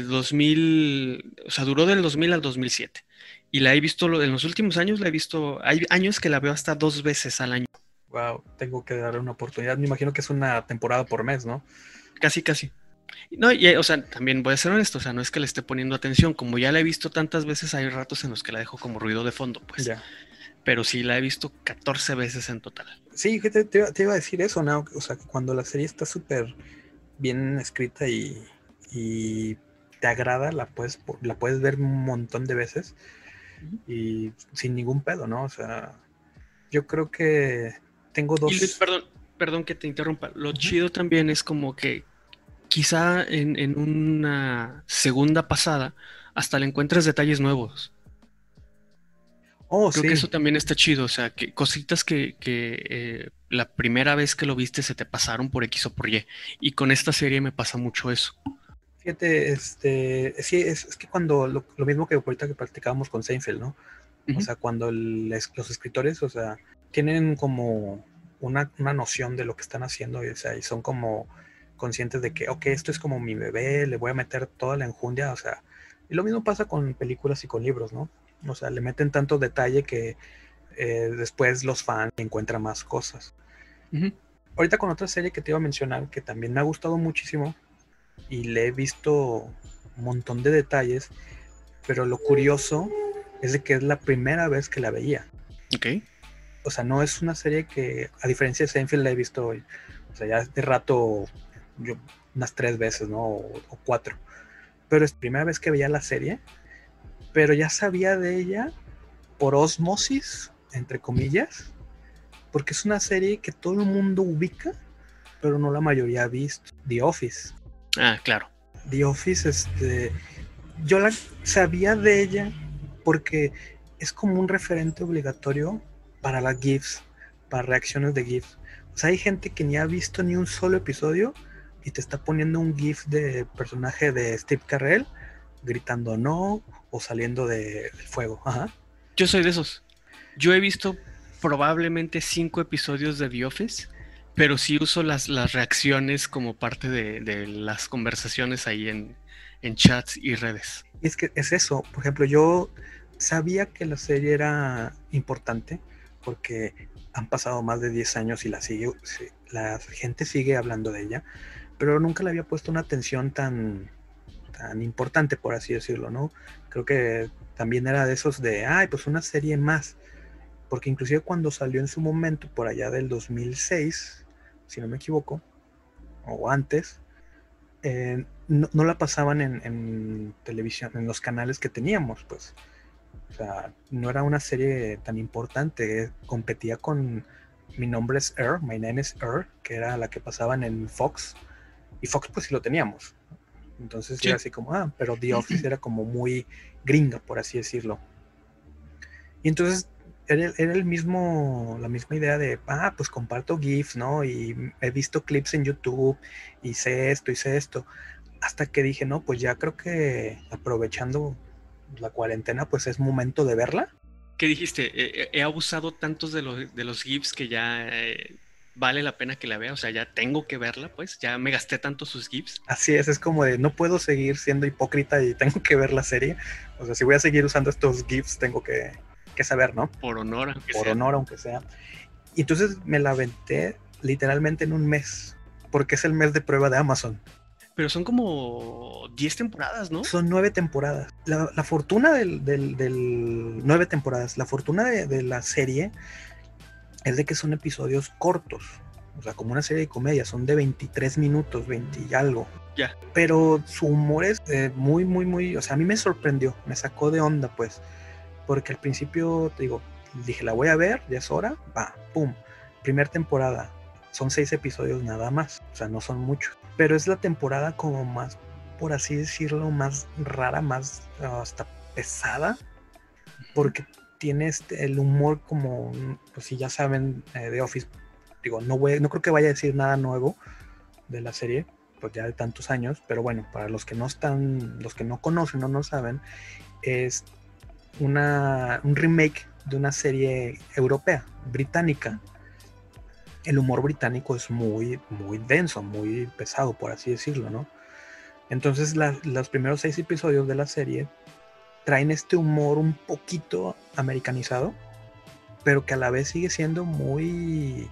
o sea, duró del 2000 al 2007. Y la he visto en los últimos años, hay años que la veo hasta 2 veces al año. Wow, tengo que darle una oportunidad. Me imagino que es una temporada por mes, ¿no? Casi. No, o sea, también voy a ser honesto, o sea, no es que le esté poniendo atención, como ya la he visto tantas veces, hay ratos en los que la dejo como ruido de fondo, pues. Ya. Pero sí la he visto 14 veces en total. Sí, te iba a decir eso, ¿no? O sea, cuando la serie está súper bien escrita y te agrada, la puedes ver un montón de veces y sin ningún pedo, ¿no? O sea, yo creo que tengo dos... Y Luis, perdón que te interrumpa. Lo chido también es como que quizá en una segunda pasada hasta le encuentres detalles nuevos. Creo que eso también está chido, o sea, que cositas que la primera vez que lo viste se te pasaron por X o por Y. Y con esta serie me pasa mucho eso. Fíjate, sí, es que cuando lo mismo que ahorita que practicábamos con Seinfeld, ¿no? O sea, cuando los escritores, o sea, tienen como una noción de lo que están haciendo, o sea, y son como conscientes de que, ok, esto es como mi bebé, le voy a meter toda la enjundia, o sea, y lo mismo pasa con películas y con libros, ¿no? O sea, le meten tanto detalle que después los fans encuentran más cosas. Ahorita con otra serie que te iba a mencionar, que también me ha gustado muchísimo, y le he visto un montón de detalles, pero lo curioso es de que es la primera vez que la veía. Ok. O sea, no es una serie que, a diferencia de Seinfeld, la he visto hoy. O sea, ya de rato, yo unas 3 veces, ¿no? O 4. Pero es la primera vez que veía la serie, pero ya sabía de ella por osmosis, entre comillas, porque es una serie que todo el mundo ubica, pero no la mayoría ha visto. The Office. Ah, claro. The Office, yo la sabía de ella porque es como un referente obligatorio para las GIFs, para reacciones de GIFs. O sea, hay gente que ni ha visto ni un solo episodio y te está poniendo un GIF de personaje de Steve Carell gritando no o saliendo del fuego. Ajá. Yo soy de esos. Yo he visto probablemente 5 episodios de The Office, pero sí uso las reacciones como parte de las conversaciones ahí en chats y redes. Y es que es eso. Por ejemplo, yo sabía que la serie era importante porque han pasado más de 10 años y la gente sigue hablando de ella, pero nunca le había puesto una atención tan importante, por así decirlo, ¿no? Creo que también era de esos de, ay, pues una serie más, porque inclusive cuando salió en su momento, por allá del 2006, si no me equivoco, o antes, no la pasaban en televisión, en los canales que teníamos, pues. O sea, no era una serie tan importante, competía con Mi nombre es Earl, My Name is Earl, que era la que pasaban en Fox, y Fox pues sí lo teníamos. Entonces Sí. era así como, pero The Office era como muy gringa, por así decirlo. Y entonces era la misma idea de, pues comparto GIFs, ¿no? Y he visto clips en YouTube y sé esto. Hasta que dije, no, pues ya creo que aprovechando la cuarentena, pues es momento de verla. ¿Qué dijiste? He abusado tantos de los GIFs que ya vale la pena que la vea. O sea, ya tengo que verla, pues. Ya me gasté tanto sus GIFs. Así es como de, no puedo seguir siendo hipócrita y tengo que ver la serie. O sea, si voy a seguir usando estos GIFs, tengo que saber, ¿no? Por honor, aunque Por sea. honor, aunque sea. Y entonces me la aventé literalmente en un mes, porque es el mes de prueba de Amazon. Pero son como 10 temporadas, ¿no? Son 9 temporadas. La fortuna del 9 temporadas, la fortuna de la serie es de que son episodios cortos. O sea, como una serie de comedia, son de 23 minutos, 20 y algo. Ya. Pero su humor es muy, muy, muy... O sea, a mí me sorprendió, me sacó de onda, pues. Porque al principio, te digo, dije, la voy a ver, ya es hora, va, pum. Primer temporada, son 6 episodios nada más, o sea, no son muchos. Pero es la temporada como más, por así decirlo, más rara, más hasta pesada, porque tiene el humor como, pues si ya saben, de Office, digo, no creo que vaya a decir nada nuevo de la serie, pues ya de tantos años, pero bueno, para los que no conocen o no saben, es un remake de una serie europea, británica. El humor británico es muy, muy denso, muy pesado, por así decirlo, ¿no? Entonces los primeros 6 episodios de la serie traen este humor un poquito americanizado, pero que a la vez sigue siendo muy,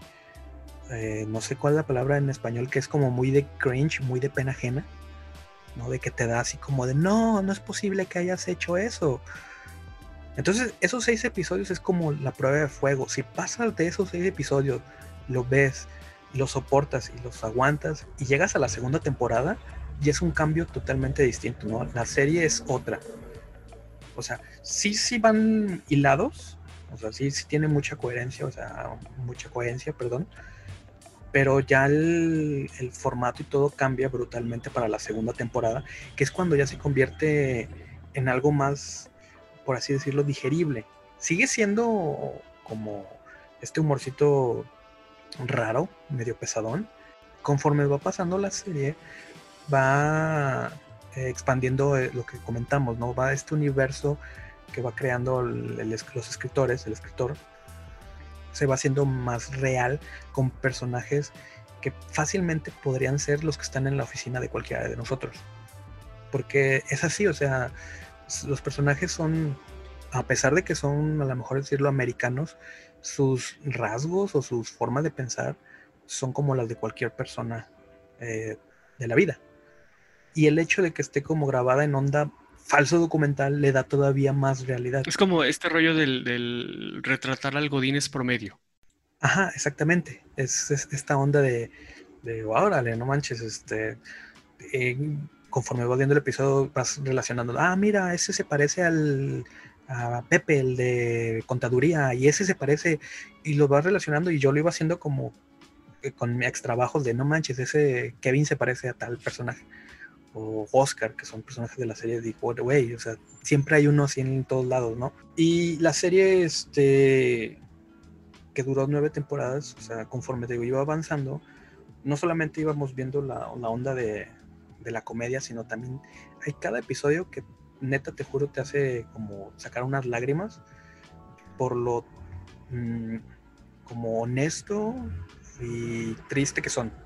no sé cuál es la palabra en español, que es como muy de cringe, muy de pena ajena, ¿no? De que te da así como de, no es posible que hayas hecho eso. Entonces, esos 6 episodios es como la prueba de fuego. Si pasas de esos 6 episodios, lo ves, los soportas y los aguantas, y llegas a la segunda temporada, y es un cambio totalmente distinto, ¿no? La serie es otra. O sea, sí van hilados, o sea, sí tiene mucha coherencia, perdón, pero ya el formato y todo cambia brutalmente para la segunda temporada, que es cuando ya se convierte en algo más, por así decirlo, digerible. Sigue siendo como este humorcito raro, medio pesadón. Conforme va pasando la serie, va expandiendo lo que comentamos, ¿no? Va este universo que va creando los escritores, el escritor, se va haciendo más real con personajes que fácilmente podrían ser los que están en la oficina de cualquiera de nosotros. Porque es así, o sea, los personajes son, a pesar de que son, a lo mejor decirlo, americanos, sus rasgos o sus formas de pensar son como las de cualquier persona de la vida. Y el hecho de que esté como grabada en onda falso documental le da todavía más realidad. Es como este rollo del retratar al Godínez promedio. Ajá, exactamente. Es esta onda de órale, no manches, conforme vas viendo el episodio vas relacionando, mira, ese se parece a Pepe, el de contaduría, y ese se parece, y lo vas relacionando, y yo lo iba haciendo como con mi ex trabajos de no manches, ese Kevin se parece a tal personaje, o Oscar, que son personajes de la serie, digo, güey, o sea, siempre hay uno así en todos lados, ¿no? Y la serie, que duró 9 temporadas, o sea, conforme te digo, iba avanzando, no solamente íbamos viendo la onda de la comedia, sino también hay cada episodio que neta, te juro, te hace como sacar unas lágrimas por lo como honesto y triste que son.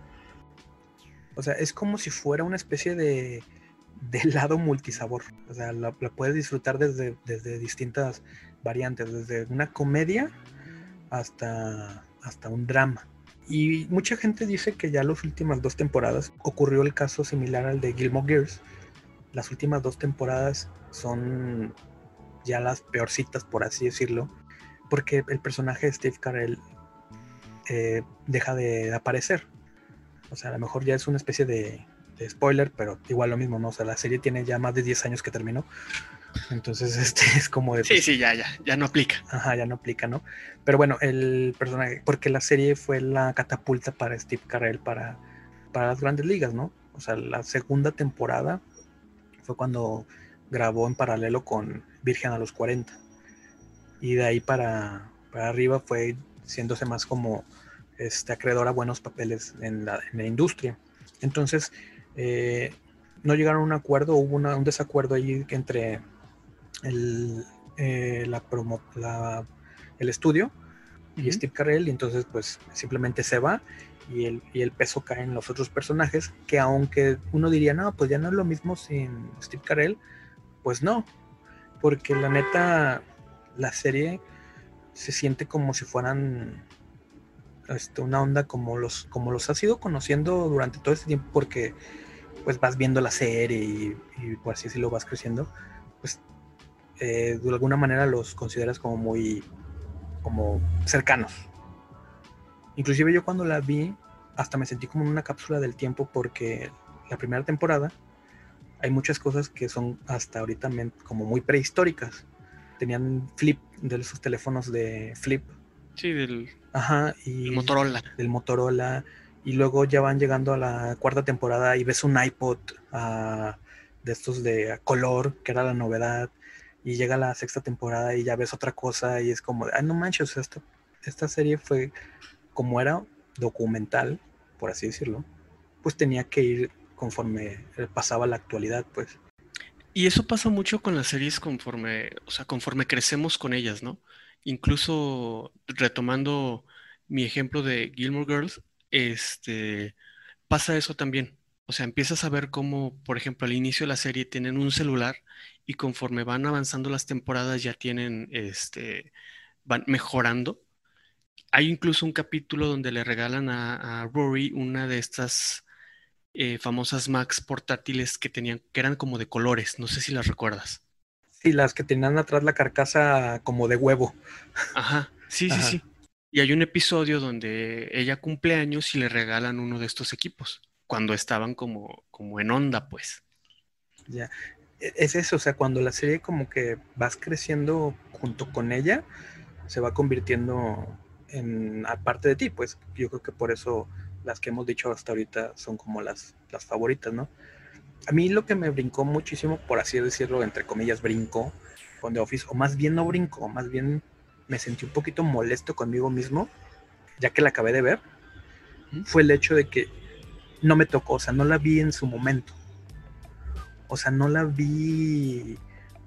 O sea, es como si fuera una especie de helado multisabor. O sea, la puedes disfrutar desde distintas variantes, desde una comedia hasta un drama. Y mucha gente dice que ya las últimas 2 temporadas ocurrió el caso similar al de Gilmore Girls. Las últimas 2 temporadas son ya las peorcitas, por así decirlo, porque el personaje de Steve Carell deja de aparecer. O sea, a lo mejor ya es una especie de spoiler, pero igual lo mismo, ¿no? O sea, la serie tiene ya más de 10 años que terminó. Entonces, es como de... Pues, sí, ya no aplica. Ajá, ya no aplica, ¿no? Pero bueno, el personaje, porque la serie fue la catapulta para Steve Carell para las grandes ligas, ¿no? O sea, la segunda temporada fue cuando grabó en paralelo con Virgen a los 40. Y de ahí para arriba fue siéndose más como acreedor a buenos papeles en la industria. Entonces, no llegaron a un acuerdo, hubo un desacuerdo ahí entre el estudio y Steve Carell, y entonces pues simplemente se va y el peso cae en los otros personajes, que aunque uno diría, no, pues ya no es lo mismo sin Steve Carell, pues no, porque la neta, la serie se siente como si fueran una onda como los has ido conociendo durante todo este tiempo, porque pues vas viendo la serie y por así decirlo vas creciendo, pues de alguna manera los consideras como muy como cercanos. Inclusive yo cuando la vi hasta me sentí como en una cápsula del tiempo, porque la primera temporada hay muchas cosas que son hasta ahorita como muy prehistóricas. Tenían flip, de esos teléfonos de flip. Sí, del Motorola. Del Motorola. Y luego ya van llegando a la 4ª temporada y ves un iPod de estos de color, que era la novedad. Y llega la 6ª temporada y ya ves otra cosa y es como, no manches, o sea, esta serie fue, como era documental, por así decirlo, pues tenía que ir conforme pasaba la actualidad, pues. Y eso pasa mucho con las series conforme crecemos con ellas, ¿no? Incluso retomando mi ejemplo de Gilmore Girls, pasa eso también. O sea, empiezas a ver cómo, por ejemplo, al inicio de la serie tienen un celular y conforme van avanzando las temporadas ya tienen, van mejorando. Hay incluso un capítulo donde le regalan a Rory una de estas famosas Macs portátiles que eran como de colores, no sé si las recuerdas. Sí, las que tenían atrás la carcasa como de huevo. Ajá, sí, sí, sí. Y hay un episodio donde ella cumple años y le regalan uno de estos equipos, cuando estaban como en onda, pues. Ya, es eso, o sea, cuando la serie como que vas creciendo junto con ella, se va convirtiendo en aparte de ti, pues yo creo que por eso las que hemos dicho hasta ahorita son como las favoritas, ¿no? A mí lo que me brincó muchísimo, por así decirlo, entre comillas, brincó con The Office, o más bien no brincó, más bien me sentí un poquito molesto conmigo mismo, ya que la acabé de ver, fue el hecho de que no me tocó, o sea, no la vi en su momento. O sea, no la vi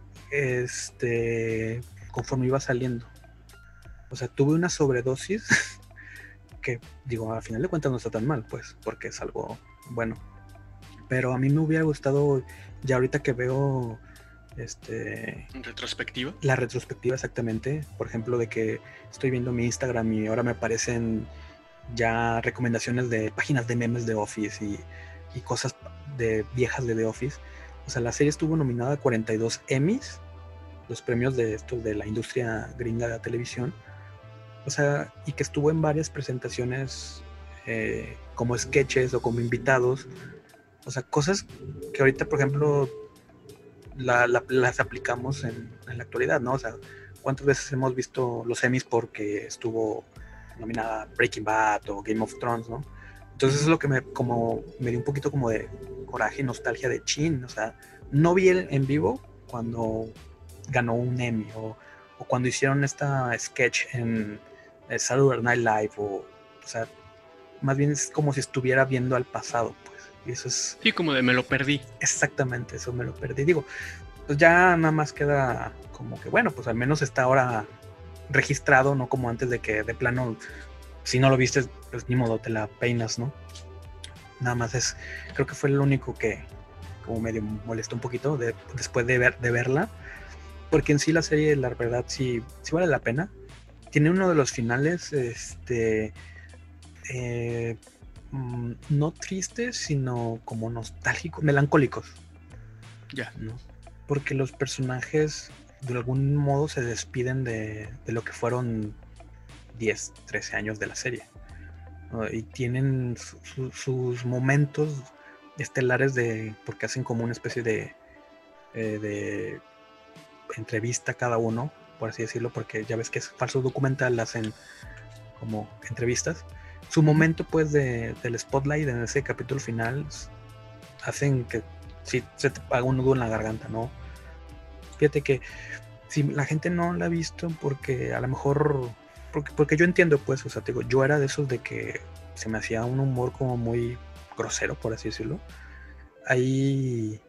conforme iba saliendo. O sea, tuve una sobredosis que, digo, al final de cuentas no está tan mal, pues, porque es algo bueno. Pero a mí me hubiera gustado, ya ahorita que veo ¿Retrospectiva? La retrospectiva, exactamente. Por ejemplo, de que estoy viendo mi Instagram y ahora me aparecen ya recomendaciones de páginas de memes de Office y cosas viejas de The Office. O sea, la serie estuvo nominada a 42 Emmys, los premios de estos de la industria gringa de la televisión. O sea, y que estuvo en varias presentaciones como sketches o como invitados. O sea, cosas que ahorita, por ejemplo, las aplicamos en la actualidad, ¿no? O sea, ¿cuántas veces hemos visto los Emmys porque estuvo nominada Breaking Bad o Game of Thrones, ¿no? Entonces es lo que me dio un poquito como de coraje y nostalgia de chin. O sea, no vi en vivo cuando ganó un Emmy o cuando hicieron esta sketch en Saturday Night Live o sea, más bien es como si estuviera viendo al pasado, pues. Y eso es... Sí, como de me lo perdí. Exactamente, eso me lo perdí. Digo, pues ya nada más queda como que, bueno, pues al menos está ahora registrado, no como antes de que de plano, si no lo viste, pues ni modo, te la peinas, ¿no? Nada más creo que fue lo único que como medio molestó un poquito después de verla, porque en sí la serie, la verdad, sí vale la pena. Tiene uno de los finales, no tristes, sino como nostálgicos, melancólicos. Ya. ¿No? Porque los personajes de algún modo se despiden de lo que fueron 10, 13 años de la serie, ¿no? Y tienen sus momentos estelares porque hacen como una especie de entrevista cada uno, por así decirlo, porque ya ves que es falso documental, hacen como entrevistas. Su momento pues del spotlight en ese capítulo final hacen que sí se te haga un nudo en la garganta, ¿no? Fíjate que si la gente no la ha visto porque a lo mejor porque yo entiendo, pues, o sea, te digo, yo era de esos de que se me hacía un humor como muy grosero, por así decirlo. Hay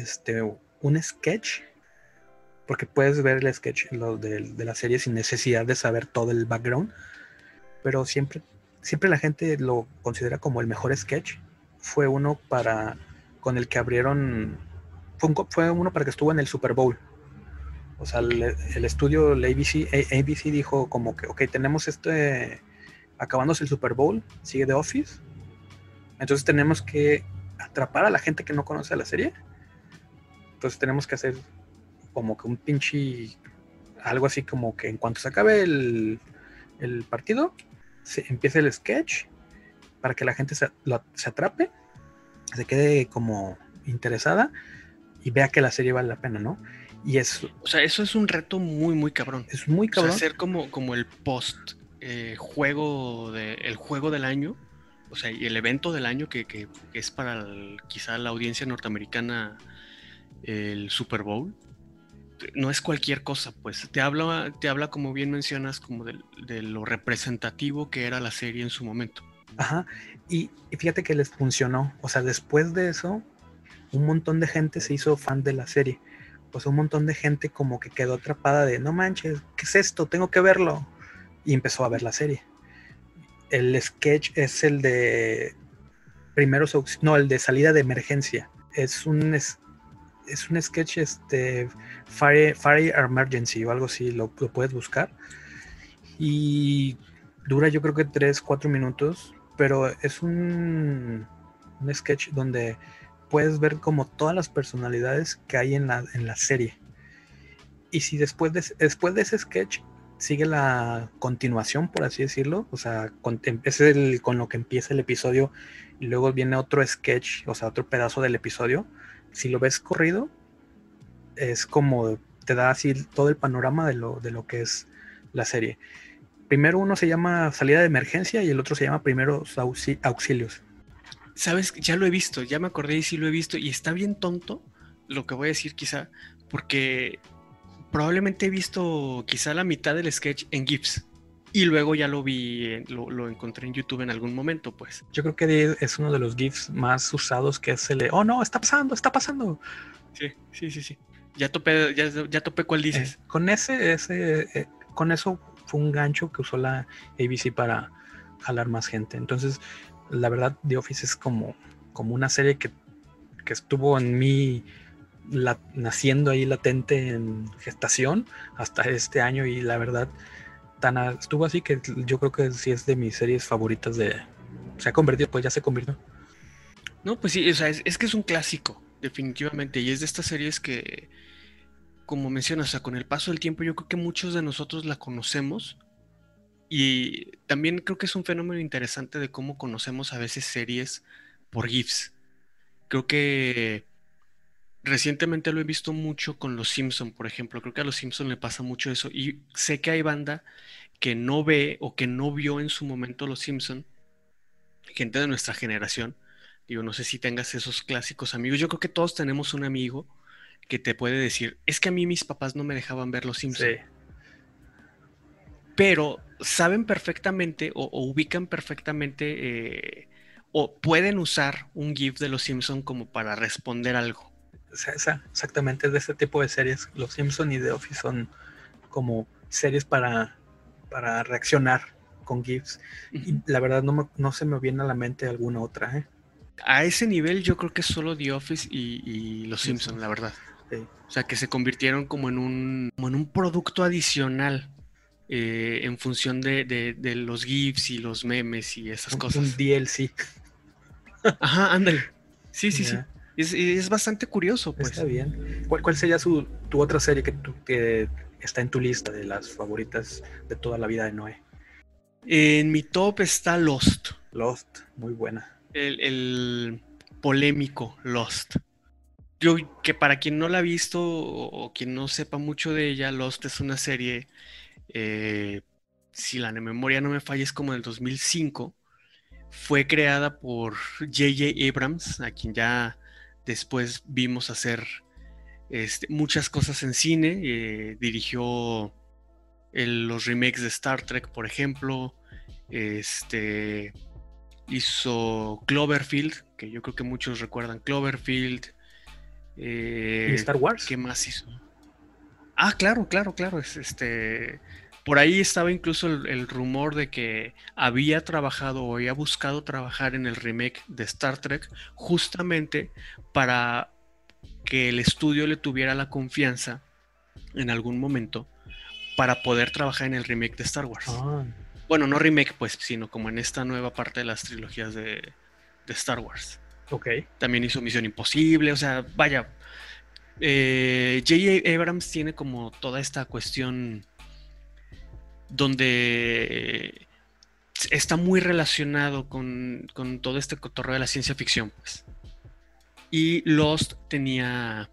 un sketch, porque puedes ver el sketch de la serie sin necesidad de saber todo el background, pero siempre la gente lo considera como el mejor sketch. Fue uno con el que abrieron, fue uno para que estuvo en el Super Bowl. O sea, el estudio, la ABC dijo como que, ok, tenemos acabándose el Super Bowl, sigue The Office, entonces tenemos que atrapar a la gente que no conoce la serie. Entonces tenemos que hacer como que un pinche, algo así como que en cuanto se acabe el partido, se empieza el sketch para que la gente se atrape, se quede como interesada y vea que la serie vale la pena, ¿no? Y o sea, eso es un reto muy, muy cabrón. Es muy cabrón. O sea, hacer como el post juego el juego del año, o sea, y el evento del año que es para quizá la audiencia norteamericana el Super Bowl. No es cualquier cosa, pues. Te habla como bien mencionas, como de lo representativo que era la serie en su momento. Ajá. Y fíjate que les funcionó. O sea, después de eso, un montón de gente se hizo fan de la serie. Pues un montón de gente como que quedó atrapada de, no manches, ¿qué es esto? Tengo que verlo. Y empezó a ver la serie. El sketch es el de el de salida de emergencia. Es un sketch, Fire Emergency o algo así, lo puedes buscar. Y dura yo creo que 3-4 minutos, pero es un sketch donde puedes ver como todas las personalidades que hay en la serie. Y si después de ese sketch sigue la continuación, por así decirlo, o sea, es con lo que empieza el episodio y luego viene otro sketch, o sea, otro pedazo del episodio. Si lo ves corrido, es como te da así todo el panorama de lo que es la serie. Primero uno se llama salida de emergencia y el otro se llama primeros auxilios. Sabes, ya lo he visto, ya me acordé y sí lo he visto, y está bien tonto lo que voy a decir quizá, porque probablemente he visto quizá la mitad del sketch en GIFs y luego ya lo vi, lo encontré en YouTube en algún momento, pues. Yo creo que es uno de los GIFs más usados, que es el de, oh no, está pasando. Sí. Ya topé cuál dices. Con eso fue un gancho que usó la ABC para jalar más gente. Entonces, la verdad, The Office es como una serie que estuvo en mí naciendo ahí latente en gestación hasta este año, y la verdad estuvo así que yo creo que sí es de mis series favoritas. Ya se convirtió. No, pues sí, o sea, es que es un clásico, definitivamente, y es de estas series que, como mencionas, o sea, con el paso del tiempo yo creo que muchos de nosotros la conocemos, y también creo que es un fenómeno interesante de cómo conocemos a veces series por GIFs. Creo que recientemente lo he visto mucho con los Simpson, por ejemplo. Creo que a los Simpson le pasa mucho eso. Y sé que hay banda que no ve o que no vio en su momento los Simpson, gente de nuestra generación. Digo, no sé si tengas esos clásicos amigos. Yo creo que todos tenemos un amigo que te puede decir, es que a mí mis papás no me dejaban ver los Simpson. Sí. Pero saben perfectamente o ubican perfectamente o pueden usar un GIF de los Simpson como para responder algo. exactamente de este tipo de series. Los Simpson y The Office son como series para reaccionar con GIFs. Y la verdad no se me viene a la mente alguna otra, ¿eh? A ese nivel yo creo que solo The Office y Los Simpson, la verdad. Sí. O sea, que se convirtieron como en un producto adicional en función de los GIFs y los memes y esas cosas. Un DLC. Ajá, ándale. Sí. Yeah. Es bastante curioso, pues. Está bien. ¿Cuál sería tu otra serie que está en tu lista de las favoritas de toda la vida de Noé? En mi top está Lost. Lost, muy buena. El polémico Lost. Yo, que para quien no la ha visto o quien no sepa mucho de ella, Lost es una serie, si la memoria no me falla, es como del 2005. Fue creada por J.J. Abrams, a quien ya después vimos hacer muchas cosas en cine. Dirigió los remakes de Star Trek, por ejemplo. Hizo Cloverfield, que yo creo que muchos recuerdan Cloverfield. ¿Y Star Wars? ¿Qué más hizo? Ah, claro. Por ahí estaba incluso el rumor de que había trabajado o había buscado trabajar en el remake de Star Trek justamente para que el estudio le tuviera la confianza en algún momento para poder trabajar en el remake de Star Wars. Bueno, no remake pues, sino como en esta nueva parte de las trilogías de Star Wars. Ok. También hizo Misión Imposible, o sea, vaya. J.J. Abrams tiene como toda esta cuestión donde está muy relacionado con todo este cotorreo de la ciencia ficción, pues. Y Lost tiene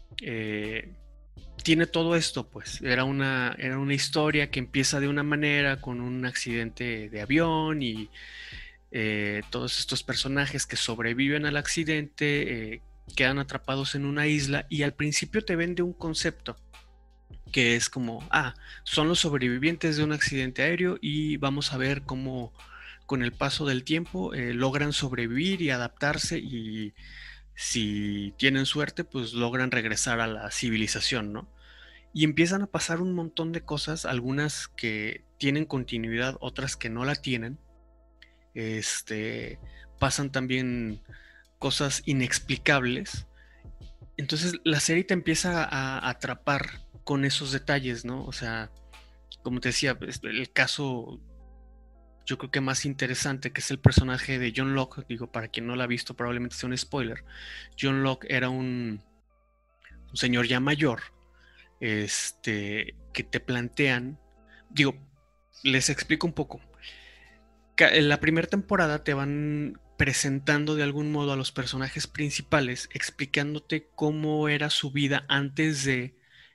todo esto, pues. Era una historia que empieza de una manera con un accidente de avión y todos estos personajes que sobreviven al accidente quedan atrapados en una isla y al principio te vende un concepto que es como, son los sobrevivientes de un accidente aéreo y vamos a ver cómo con el paso del tiempo logran sobrevivir y adaptarse y si tienen suerte pues logran regresar a la civilización, ¿no? Y empiezan a pasar un montón de cosas, algunas que tienen continuidad, otras que no la tienen. Pasan también cosas inexplicables. Entonces la serie te empieza a atrapar con esos detalles, ¿no? O sea, como te decía, el caso yo creo que más interesante, que es el personaje de John Locke, digo, para quien no lo ha visto probablemente sea un spoiler. John Locke era un señor ya mayor, que te plantean, digo, les explico un poco. En la primera temporada te van presentando de algún modo a los personajes principales, explicándote cómo era su vida antes de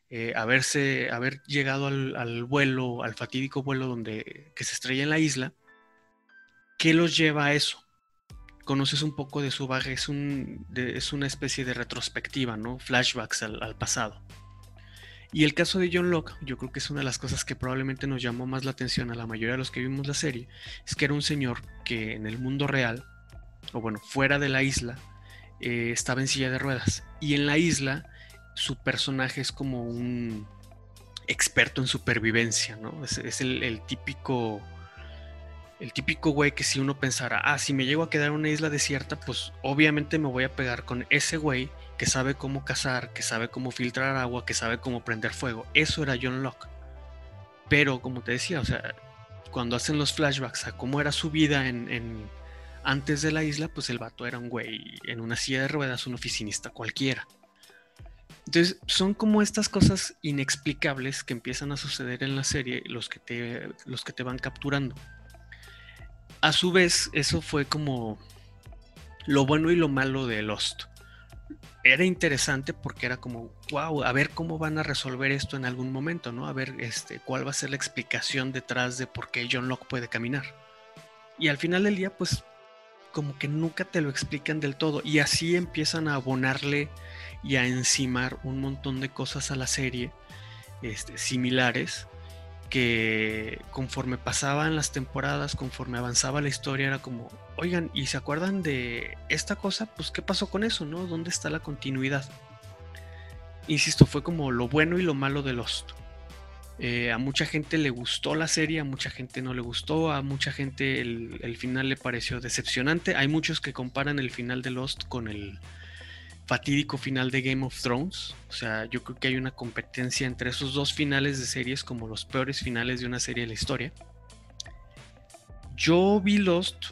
haber llegado al vuelo, al fatídico vuelo que se estrella en la isla. ¿Qué los lleva a eso? Conoces un poco de su bagaje, es una especie de retrospectiva, ¿no? Flashbacks al pasado. Y el caso de John Locke, yo creo que es una de las cosas que probablemente nos llamó más la atención a la mayoría de los que vimos la serie, es que era un señor que en el mundo real, o bueno, fuera de la isla, estaba en silla de ruedas. Y en la isla, su personaje es como un experto en supervivencia, ¿no? Es el típico güey que si uno pensara, si me llego a quedar en una isla desierta, pues obviamente me voy a pegar con ese güey que sabe cómo cazar, que sabe cómo filtrar agua, que sabe cómo prender fuego. Eso era John Locke. Pero como te decía, o sea, cuando hacen los flashbacks a cómo era su vida antes de la isla, pues el vato era un güey en una silla de ruedas, un oficinista cualquiera. Entonces son como estas cosas inexplicables que empiezan a suceder en la serie, los que te van capturando. A su vez, eso fue como lo bueno y lo malo de Lost. Era interesante porque era como, wow, a ver cómo van a resolver esto en algún momento, ¿no? A ver cuál va a ser la explicación detrás de por qué John Locke puede caminar. Y al final del día, pues, como que nunca te lo explican del todo. Y así empiezan a abonarle y a encimar un montón de cosas a la serie, similares, que conforme pasaban las temporadas, conforme avanzaba la historia, era como, oigan, ¿y se acuerdan de esta cosa? Pues, ¿qué pasó con eso, no? ¿Dónde está la continuidad? insisto, fue como lo bueno y lo malo de Lost. A mucha gente le gustó la serie, a mucha gente no le gustó, a mucha gente el final le pareció decepcionante. Hay muchos que comparan el final de Lost con el fatídico final de Game of Thrones. O sea, yo creo que hay una competencia entre esos dos finales de series como los peores finales de una serie de la historia. Yo vi Lost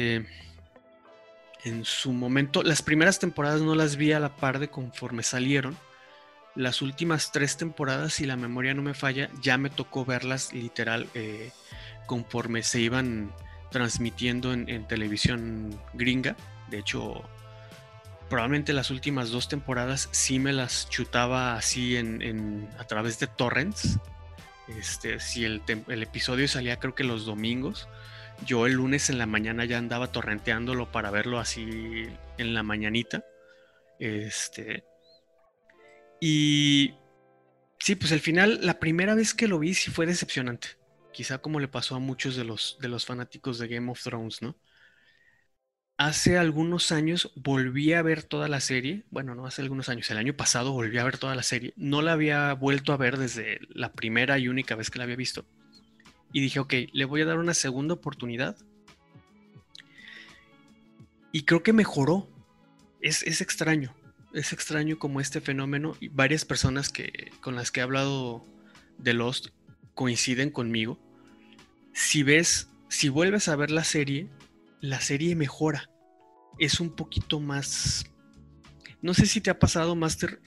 en su momento. Las primeras temporadas no las vi a la par de conforme salieron. Las últimas 3 temporadas, si la memoria no me falla, ya me tocó verlas literal conforme se iban transmitiendo en televisión gringa. De hecho, probablemente las últimas 2 temporadas sí me las chutaba así a través de torrents. Si el episodio salía creo que los domingos, yo el lunes en la mañana ya andaba torrenteándolo para verlo así en la mañanita. Y sí, pues el final, la primera vez que lo vi sí fue decepcionante. Quizá como le pasó a muchos de los fanáticos de Game of Thrones, ¿no? Hace algunos años volví a ver toda la serie. Bueno, no hace algunos años, el año pasado volví a ver toda la serie. No la había vuelto a ver desde la primera y única vez que la había visto. Y dije, ok, le voy a dar una segunda oportunidad. Y creo que mejoró. Es extraño. Es extraño como este fenómeno. Y varias personas con las que he hablado de Lost coinciden conmigo. Si vuelves a ver la serie mejora. Es un poquito más. No sé si te ha pasado, Master,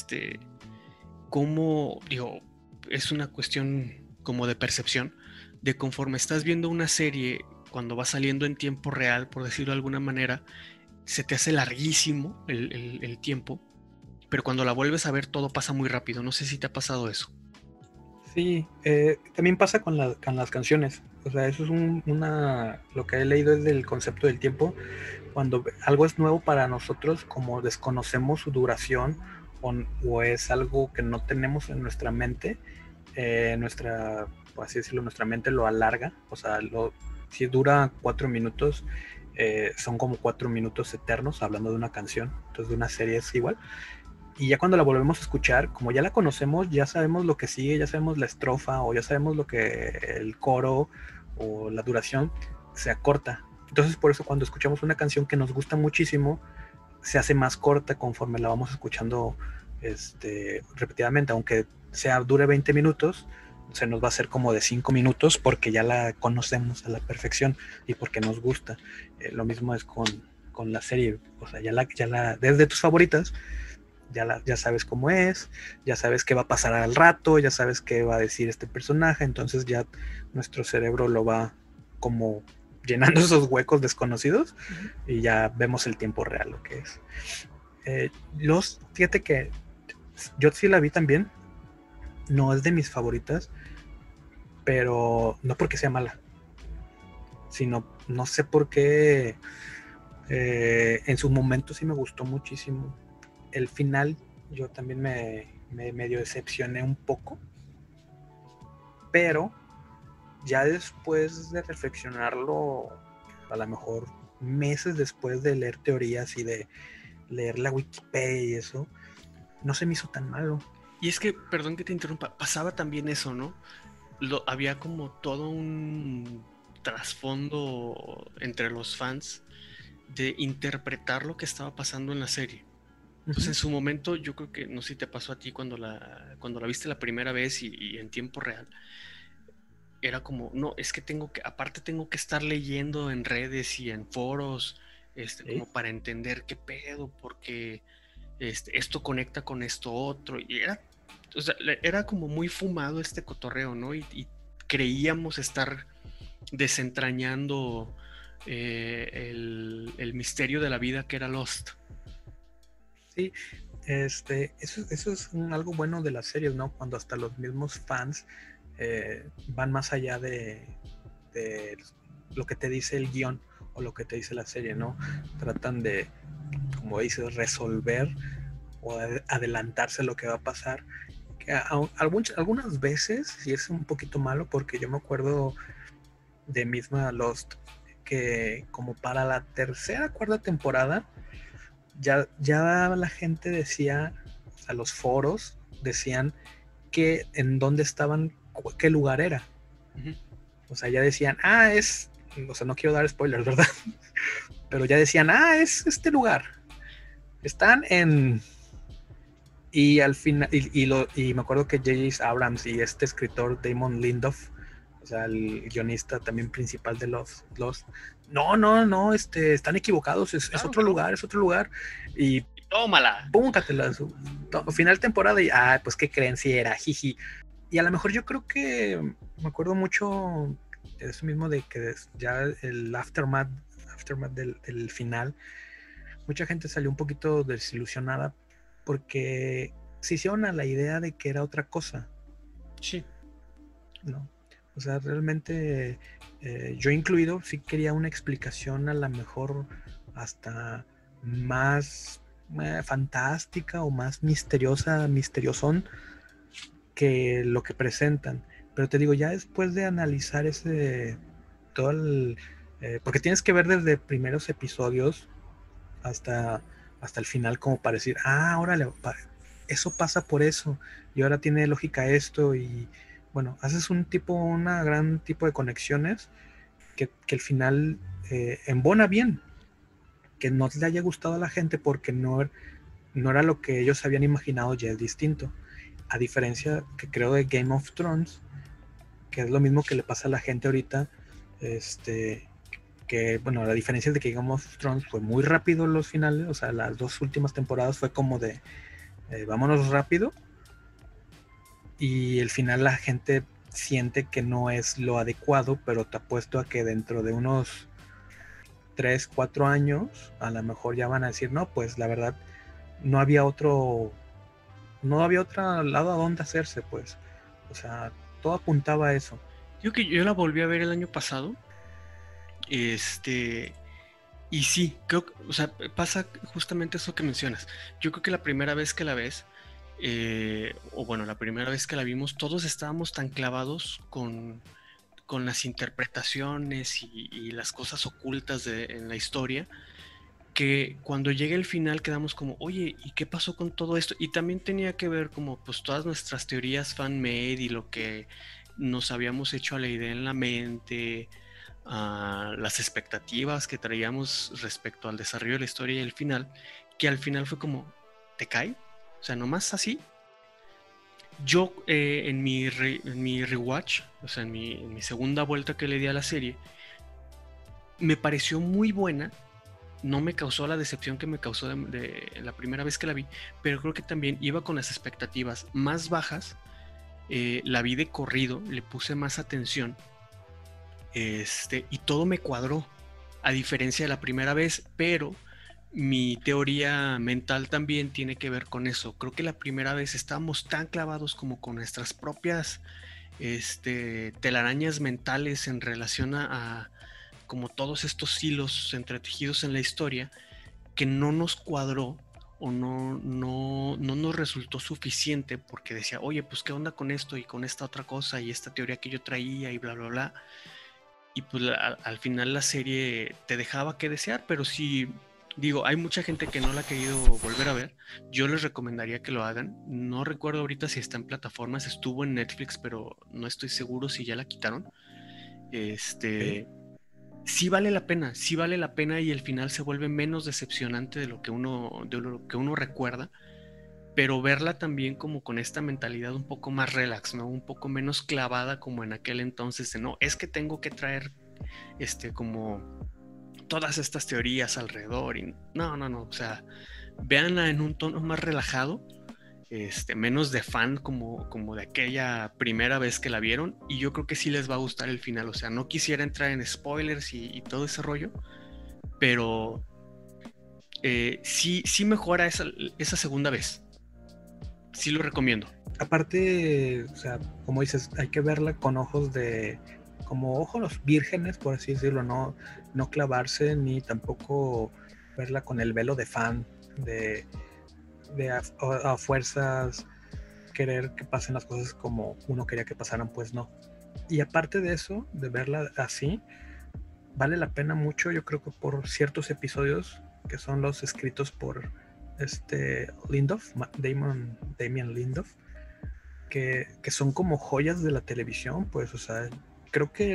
cómo, digo, es una cuestión como de percepción, de conforme estás viendo una serie, cuando va saliendo en tiempo real, por decirlo de alguna manera, se te hace larguísimo el tiempo, pero cuando la vuelves a ver todo pasa muy rápido. No sé si te ha pasado eso. Sí, también pasa con las canciones. O sea, eso es lo que he leído es del concepto del tiempo. Cuando algo es nuevo para nosotros, como desconocemos su duración o es algo que no tenemos en nuestra mente, por así decirlo, nuestra mente lo alarga. O sea, si dura 4 minutos, son como 4 minutos eternos, hablando de una canción. Entonces, de una serie es igual. Y ya cuando la volvemos a escuchar, como ya la conocemos, ya sabemos lo que sigue, ya sabemos la estrofa o ya sabemos lo que el coro o la duración se acorta. Entonces por eso cuando escuchamos una canción que nos gusta muchísimo, se hace más corta conforme la vamos escuchando repetidamente, aunque dure 20 minutos, se nos va a hacer como de 5 minutos porque ya la conocemos a la perfección y porque nos gusta. Lo mismo es con la serie, o sea, desde tus favoritas, ya sabes cómo es, ya sabes qué va a pasar al rato, ya sabes qué va a decir este personaje, entonces ya nuestro cerebro lo va como llenando esos huecos desconocidos y ya vemos el tiempo real lo que es. Fíjate que yo sí la vi también, no es de mis favoritas, pero no porque sea mala, sino no sé por qué en su momento sí me gustó muchísimo. El final yo también me medio decepcioné un poco, pero ya después de reflexionarlo, a lo mejor meses después de leer teorías y de leer la Wikipedia y eso, no se me hizo tan malo. Y es que, perdón que te interrumpa, pasaba también eso, ¿no? Había como todo un trasfondo entre los fans de interpretar lo que estaba pasando en la serie. Entonces, en su momento, yo creo que, no sé si te pasó a ti cuando la viste la primera vez y en tiempo real, era como, no, es que aparte tengo que estar leyendo en redes y en foros, ¿sí? Como para entender qué pedo, porque esto conecta con esto otro, y era como muy fumado este cotorreo, ¿no? Y creíamos estar desentrañando el misterio de la vida que era Lost. Sí, eso es algo bueno de las series, ¿no? Cuando hasta los mismos fans van más allá de lo que te dice el guión o lo que te dice la serie, ¿no? Tratan de, como dices, resolver o adelantarse a lo que va a pasar. Que algunas veces sí es un poquito malo, porque yo me acuerdo de misma Lost, que como para la tercera, cuarta temporada, ya la gente decía, o sea, los foros decían que en dónde estaban, qué lugar era. Ujú. O sea, ya decían, o sea, no quiero dar spoilers, ¿verdad? Pero ya decían, es este lugar. Están en... Y al final, y me acuerdo que J.J. Abrams y este escritor Damon Lindelof, o sea, el guionista también principal de Lost, no, están equivocados, es Claro otro que no. lugar, es otro lugar. Y Tómala. púncatela, final temporada y, pues, ¿qué creen? Si era, jiji. Y a lo mejor yo creo que me acuerdo mucho de eso mismo, de que ya el aftermath del final, mucha gente salió un poquito desilusionada porque se hicieron a la idea de que era otra cosa, Sí. ¿no? O sea, realmente yo incluido sí quería una explicación a lo mejor hasta más fantástica o más misteriosón que lo que presentan. Pero te digo, ya después de analizar todo porque tienes que ver desde primeros episodios hasta, hasta el final como para decir, órale, eso pasa por eso, y ahora tiene lógica esto, y bueno, haces una gran tipo de conexiones que al final embona bien, que no le haya gustado a la gente porque no era lo que ellos habían imaginado, ya es distinto. A diferencia que creo de Game of Thrones, que es lo mismo que le pasa a la gente ahorita, que bueno, la diferencia es de que Game of Thrones fue muy rápido los finales, o sea, las 2 últimas temporadas fue como de vámonos rápido, y el final la gente siente que no es lo adecuado, pero te apuesto a que dentro de unos 3, 4 años a lo mejor ya van a decir, no, pues la verdad no había otro lado a donde hacerse, pues, o sea, todo apuntaba a eso. Yo la volví a ver el año pasado. Y sí, creo que, o sea, pasa justamente eso que mencionas. Yo creo que la primera vez que la ves, o bueno, la primera vez que la vimos, todos estábamos tan clavados con las interpretaciones y las cosas ocultas en la historia, que cuando llega el final quedamos como, oye, ¿y qué pasó con todo esto? Y también tenía que ver como pues todas nuestras teorías fan-made y lo que nos habíamos hecho a la idea en la mente, las expectativas que traíamos respecto al desarrollo de la historia y el final, que al final fue como, ¿te cae? O sea, nomás así. Yo en mi rewatch, o sea, en mi segunda vuelta que le di a la serie, me pareció muy buena. No me causó la decepción que me causó de la primera vez que la vi, pero creo que también iba con las expectativas más bajas. La vi de corrido, le puse más atención, y todo me cuadró, a diferencia de la primera vez, pero mi teoría mental también tiene que ver con eso. Creo que la primera vez estábamos tan clavados como con nuestras propias telarañas mentales en relación a como todos estos hilos entretejidos en la historia, que no nos cuadró o no nos resultó suficiente, porque decía, oye, pues qué onda con esto y con esta otra cosa y esta teoría que yo traía y bla, bla, bla. Y pues al final la serie te dejaba que desear, pero sí, digo, hay mucha gente que no la ha querido volver a ver. Yo les recomendaría que lo hagan. No recuerdo ahorita si está en plataformas, estuvo en Netflix, pero no estoy seguro si ya la quitaron. ¿Okay? Sí vale la pena y el final se vuelve menos decepcionante de de lo que uno recuerda, pero verla también como con esta mentalidad un poco más relax, ¿no? Un poco menos clavada como en aquel entonces de no, es que tengo que traer como todas estas teorías alrededor y no, o sea, véanla en un tono más relajado, menos de fan como de aquella primera vez que la vieron, y yo creo que sí les va a gustar el final. O sea, no quisiera entrar en spoilers y todo ese rollo, pero sí mejora esa segunda vez. Sí lo recomiendo. Aparte, o sea, como dices, hay que verla con ojos como ojos vírgenes, por así decirlo, no clavarse ni tampoco verla con el velo de fan, de a fuerzas querer que pasen las cosas como uno quería que pasaran, pues no. Y aparte de eso, de verla así, vale la pena mucho, yo creo que por ciertos episodios que son los escritos por Damien Lindelof, que son como joyas de la televisión, pues, o sea, creo que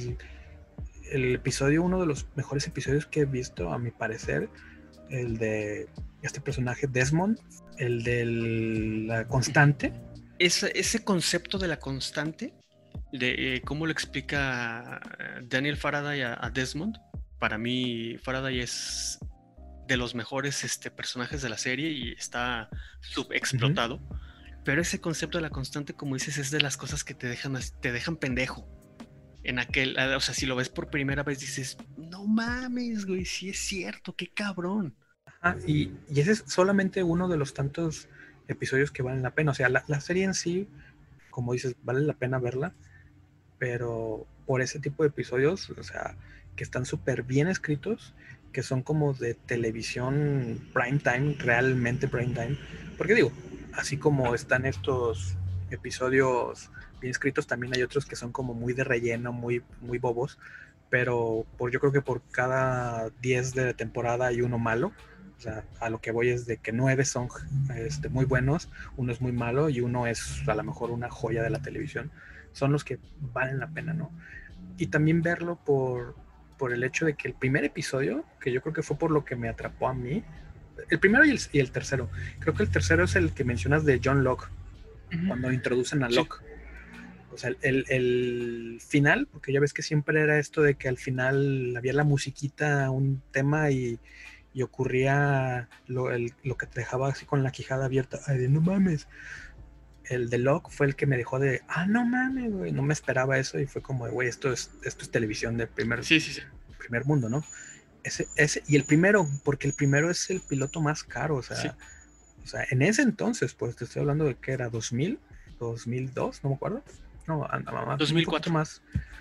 el episodio, uno de los mejores episodios que he visto, a mi parecer, el de este personaje Desmond, el de la constante. Ese concepto de la constante, de cómo lo explica Daniel Faraday a Desmond, para mí Faraday es de los mejores personajes de la serie y está subexplotado. Pero ese concepto de la constante, como dices, es de las cosas que te dejan pendejo. En aquel, o sea, si lo ves por primera vez dices, no mames, güey, sí es cierto, qué cabrón. Y ese es solamente uno de los tantos episodios que valen la pena. O sea, la serie en sí, como dices, vale la pena verla, pero por ese tipo de episodios, o sea, que están súper bien escritos, que son como de televisión prime time, realmente prime time. Porque digo, así como están estos episodios bien escritos, también hay otros que son como muy de relleno, muy, muy bobos, pero yo creo que por cada 10 de temporada hay uno malo. O sea, a lo que voy es de que 9 son muy buenos, uno es muy malo y uno es a lo mejor una joya de la televisión. Son los que valen la pena, ¿no? Y también verlo por el hecho de que el primer episodio, que yo creo que fue por lo que me atrapó a mí, el primero y el tercero, creo que el tercero es el que mencionas de John Locke, cuando introducen a Locke. O sea, el final, porque ya ves que siempre era esto de que al final había la musiquita, un tema y ocurría lo que te dejaba así con la quijada abierta. Ay, de no mames. El de Locke fue el que me dejó de, no mames, güey, no me esperaba eso y fue como de, güey, esto es televisión de primer mundo, ¿no? Ese, y el primero, porque el primero es el piloto más caro, o sea, en ese entonces, pues te estoy hablando de que era 2000, 2002, no me acuerdo. No, anda, mamá, 2004. Un poquito más.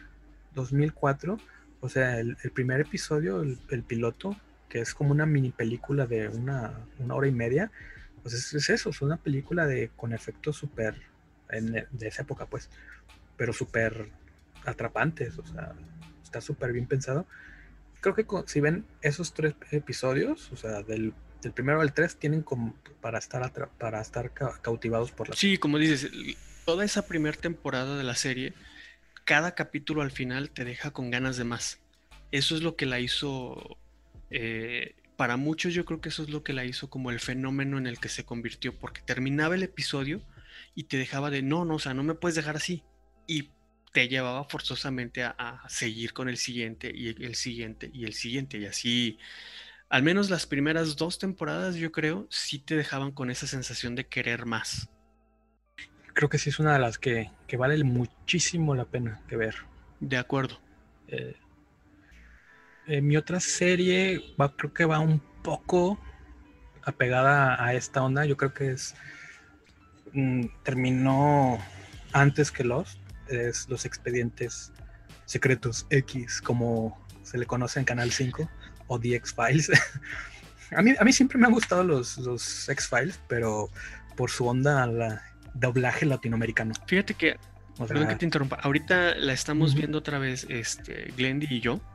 2004, o sea, el primer episodio, el piloto, que es como una mini película de una hora y media, pues es eso, es una película con efectos súper, de esa época, pues, pero súper atrapantes, o sea, está súper bien pensado. Creo que si ven esos 3 episodios, o sea, del primero al 3, tienen como para estar cautivados por la serie. Sí, como dices, toda esa primera temporada de la serie, cada capítulo al final te deja con ganas de más. Eso es lo que la hizo, para muchos yo creo que eso es lo que la hizo como el fenómeno en el que se convirtió, porque terminaba el episodio y te dejaba de, no, o sea, no me puedes dejar así. Y te llevaba forzosamente a seguir con el siguiente y el siguiente y el siguiente. Y así, al menos las primeras 2 temporadas, yo creo, sí te dejaban con esa sensación de querer más. Creo que sí es una de las que vale muchísimo la pena que ver. De acuerdo. Mi otra serie creo que va un poco apegada a esta onda. Yo creo que terminó antes que es Los Expedientes Secretos X, como se le conoce en Canal 5, o The X-Files. a mí siempre me han gustado los X-Files, pero por su onda doblaje latinoamericano. Fíjate que, perdón que te interrumpa, ahorita la estamos viendo otra vez, Glendy y yo.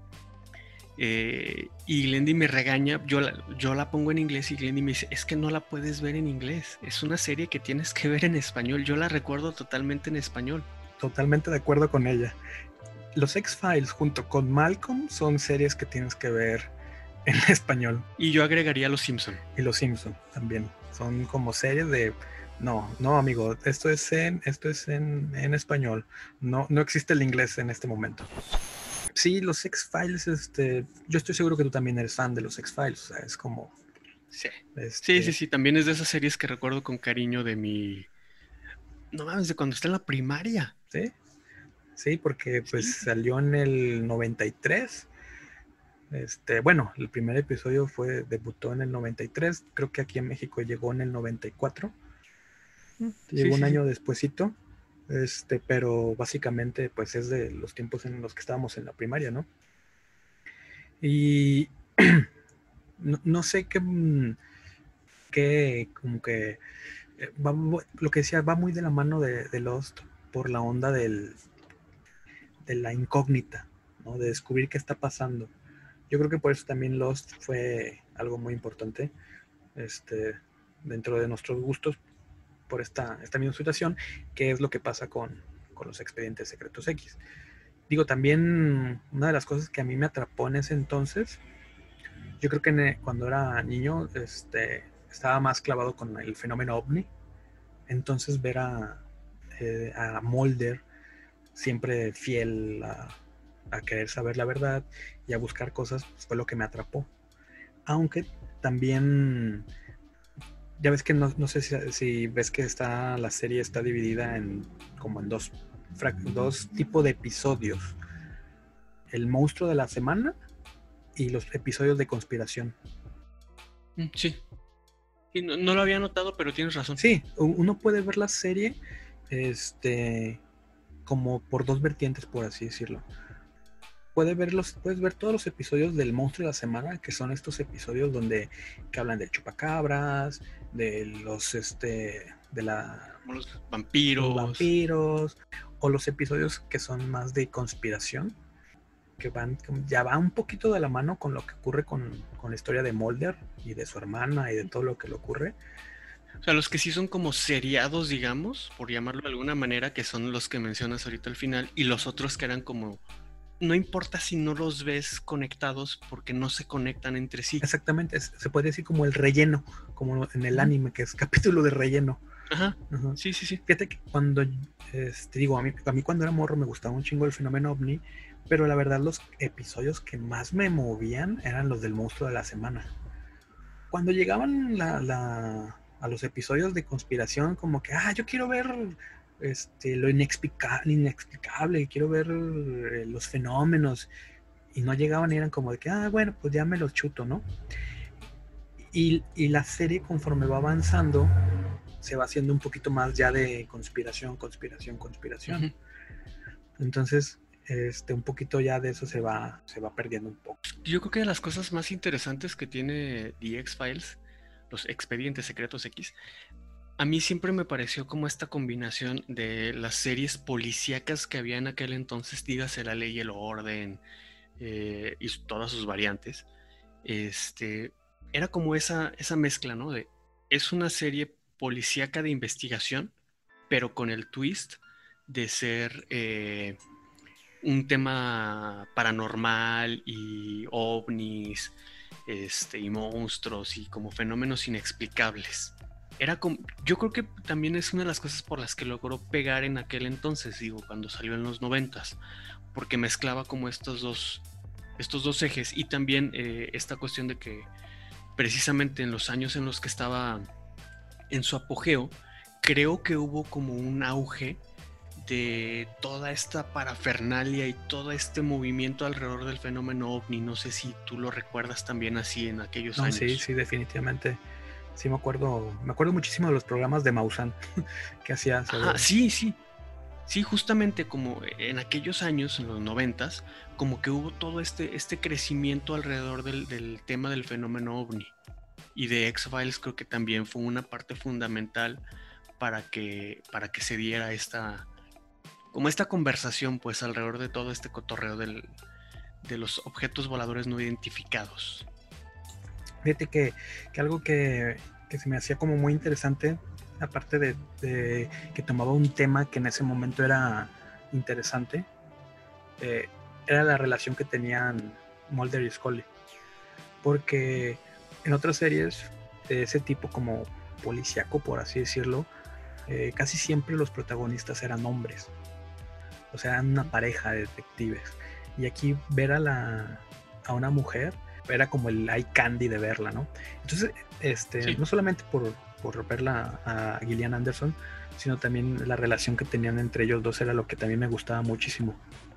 Y Glendy me regaña, yo la pongo en inglés y Glendy me dice, es que no la puedes ver en inglés, es una serie que tienes que ver en español. Yo la recuerdo totalmente en español. Totalmente de acuerdo con ella. Los X-Files junto con Malcolm son series que tienes que ver en español. Y yo agregaría Los Simpson. Y Los Simpson también. Son como series de... No, amigo, esto es en español. No existe el inglés en este momento. Sí, los X-Files, yo estoy seguro que tú también eres fan de los X-Files, o sea, es como... Sí. Sí, también es de esas series que recuerdo con cariño de mi... No mames, de cuando está en la primaria. Sí, porque pues salió en el 93. Bueno, el primer episodio debutó en el 93, creo que aquí en México llegó en el 94. Llegó un año despuesito. Pero básicamente pues es de los tiempos en los que estábamos en la primaria, ¿no? Y no sé qué como que lo que decía va muy de la mano de Lost por la onda de la incógnita, ¿no? De descubrir qué está pasando. Yo creo que por eso también Lost fue algo muy importante, dentro de nuestros gustos por esta misma situación, que es lo que pasa con los Expedientes Secretos X. Digo, también una de las cosas que a mí me atrapó en ese entonces, yo creo que cuando era niño estaba más clavado con el fenómeno ovni. Entonces ver a Mulder siempre fiel a querer saber la verdad y a buscar cosas, pues fue lo que me atrapó. Aunque también, ya ves que no sé si ves que la serie está dividida como en dos tipos de episodios: el monstruo de la semana y los episodios de conspiración. Sí. Y no lo había notado, pero tienes razón. Sí, uno puede ver la serie como por dos vertientes, por así decirlo. Puedes ver todos los episodios del monstruo de la semana, que son estos episodios que hablan del chupacabras, de los los vampiros, o los episodios que son más de conspiración, que ya va un poquito de la mano con lo que ocurre con la historia de Mulder y de su hermana y de todo lo que le ocurre. O sea, los que sí son como seriados, digamos, por llamarlo de alguna manera, que son los que mencionas ahorita al final, y los otros que eran como, no importa si no los ves conectados porque no se conectan entre sí. Exactamente, se puede decir como el relleno, como en el anime, que es capítulo de relleno. Ajá. Sí. Fíjate que cuando, digo, a mí cuando era morro me gustaba un chingo el fenómeno ovni, pero la verdad los episodios que más me movían eran los del monstruo de la semana. Cuando llegaban a los episodios de conspiración, como que, yo quiero ver lo inexplicable, quiero ver los fenómenos, y no llegaban y eran como de que, bueno, pues ya me los chuto, ¿no? Y la serie, conforme va avanzando, se va haciendo un poquito más ya de conspiración. Uh-huh. Entonces, un poquito ya de eso se va perdiendo un poco. Yo creo que de las cosas más interesantes que tiene The X-Files, los Expedientes Secretos X, a mí siempre me pareció como esta combinación de las series policíacas que había en aquel entonces, dígase La Ley y el Orden, y todas sus variantes. Era como esa mezcla, ¿no? Es una serie policíaca de investigación, pero con el twist de ser un tema paranormal y ovnis, y monstruos y como fenómenos inexplicables. Yo creo que también es una de las cosas por las que logró pegar en aquel entonces, digo, cuando salió en los 90s, porque mezclaba como estos dos ejes, y también esta cuestión de que precisamente en los años en los que estaba en su apogeo, creo que hubo como un auge de toda esta parafernalia y todo este movimiento alrededor del fenómeno ovni. No sé si tú lo recuerdas también así en aquellos años. Sí, definitivamente. Sí, me acuerdo muchísimo de los programas de Maussan que hacía. Sí, justamente como en aquellos años, en los 90s, como que hubo todo este crecimiento alrededor del tema del fenómeno ovni. Y de X-Files creo que también fue una parte fundamental para que se diera esta conversación, pues, alrededor de todo este cotorreo de los objetos voladores no identificados. Fíjate que algo que se me hacía como muy interesante, aparte de que tomaba un tema que en ese momento era interesante, era la relación que tenían Mulder y Scully. Porque en otras series de ese tipo, como policíaco, por así decirlo, casi siempre los protagonistas eran hombres. O sea, eran una pareja de detectives. Y aquí ver a una mujer era como el eye candy de verla, ¿no? Entonces, sí, no solamente por verla a Gillian Anderson, sino también la relación que tenían entre ellos dos era lo que también me gustaba muchísimo.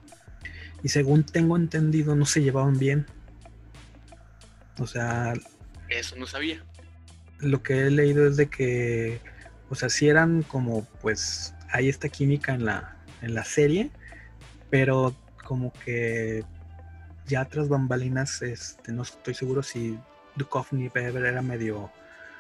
Y según tengo entendido, no se llevaban bien. O sea... Eso no sabía. Lo que he leído es de que, o sea, sí eran como, pues, hay esta química en la serie, pero como que ya tras bambalinas, no estoy seguro si Duchovny Weber era medio,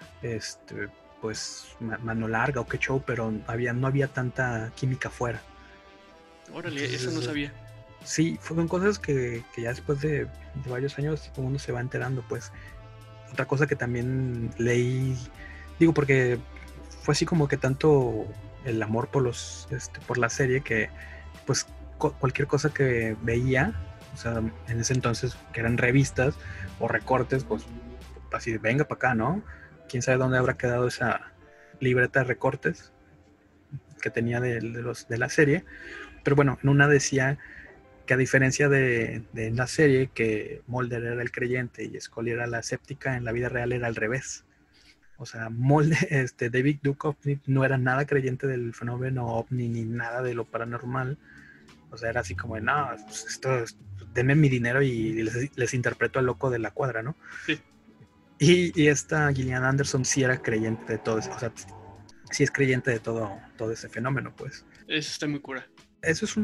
pues, mano larga o qué show, pero no había tanta química afuera. Órale, entonces, eso no sabía. Sí, fueron cosas que ya después de varios años uno se va enterando, pues. otra cosa que también leí, digo, porque fue así como que tanto el amor por por la serie que pues cualquier cosa que veía, o sea, en ese entonces que eran revistas o recortes, pues así, venga para acá, ¿no? Quién sabe dónde habrá quedado esa libreta de recortes que tenía de la serie, pero bueno, en una decía que a diferencia de la serie, que Mulder era el creyente y Scully era la escéptica, en la vida real era al revés. O sea, David Duchovny no era nada creyente del fenómeno ovni ni nada de lo paranormal. O sea, era así como, no, pues denme mi dinero y les interpreto al loco de la cuadra, ¿no? Sí. Y esta Gillian Anderson sí era creyente de todo eso, o sea, sí es creyente de todo ese fenómeno, pues. Eso está muy cura. Eso es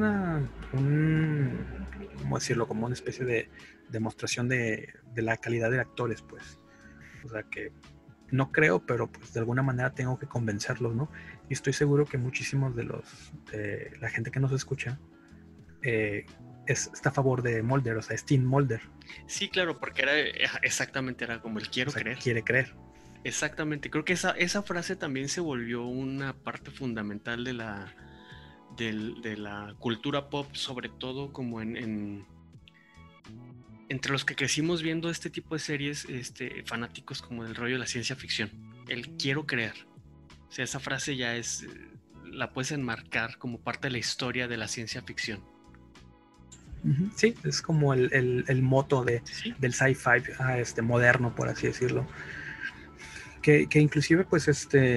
¿cómo decirlo? Como una especie de demostración de la calidad de actores, pues. O sea, que no creo, pero pues de alguna manera tengo que convencerlos, ¿no? Y estoy seguro que muchísimos de la gente que nos escucha está a favor de Mulder, o sea, es Team Mulder. Sí, claro, porque era como el quiero creer. Quiere creer. Exactamente, creo que esa frase también se volvió una parte fundamental de la cultura pop, sobre todo como entre los que crecimos viendo este tipo de series, fanáticos como del rollo de la ciencia ficción. El quiero creer. O sea, esa frase ya la puedes enmarcar como parte de la historia de la ciencia ficción. Sí, es como el moto ¿Sí? del sci-fi moderno, por así decirlo. Que inclusive, pues,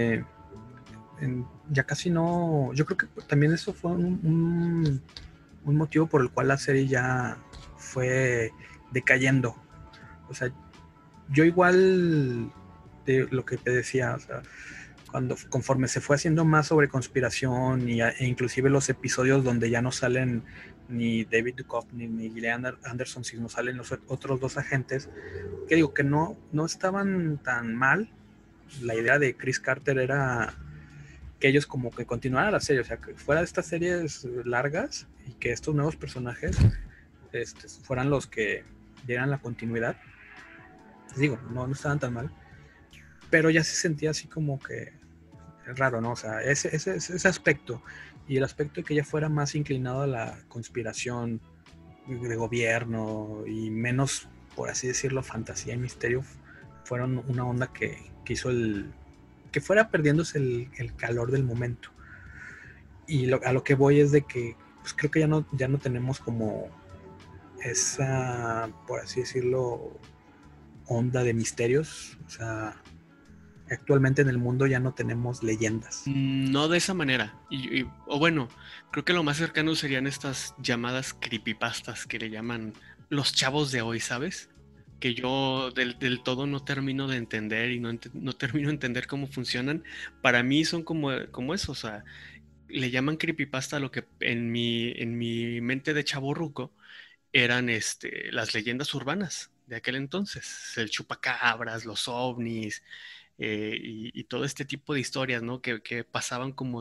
ya casi no... Yo creo que también eso fue un motivo por el cual la serie ya fue decayendo. O sea, yo igual de lo que te decía, o sea, conforme se fue haciendo más sobre conspiración e inclusive los episodios donde ya no salen ni David Duchovny ni Gillian Anderson, sino salen los otros dos agentes, que digo que no estaban tan mal. La idea de Chris Carter era que ellos como que continuaran la serie, o sea, que fuera de estas series largas y que estos nuevos personajes fueran los que dieran la continuidad. Les digo, no estaban tan mal, pero ya se sentía así como que raro, ¿no? O sea, ese aspecto y el aspecto de que ella fuera más inclinado a la conspiración de gobierno y menos, por así decirlo, fantasía y misterio, fueron una onda que hizo que fuera perdiéndose el calor del momento. Y a lo que voy es de que pues creo que ya no tenemos como esa, por así decirlo, onda de misterios. O sea, actualmente en el mundo ya no tenemos leyendas. No de esa manera. O bueno, creo que lo más cercano serían estas llamadas creepypastas que le llaman los chavos de hoy, ¿sabes? Que yo del todo no termino de entender y no termino de entender cómo funcionan. Para mí son como eso, o sea, le llaman creepypasta a lo que en mi mente de chavorruco eran las leyendas urbanas de aquel entonces, el chupacabras, los ovnis, y todo este tipo de historias, ¿no? Que pasaban como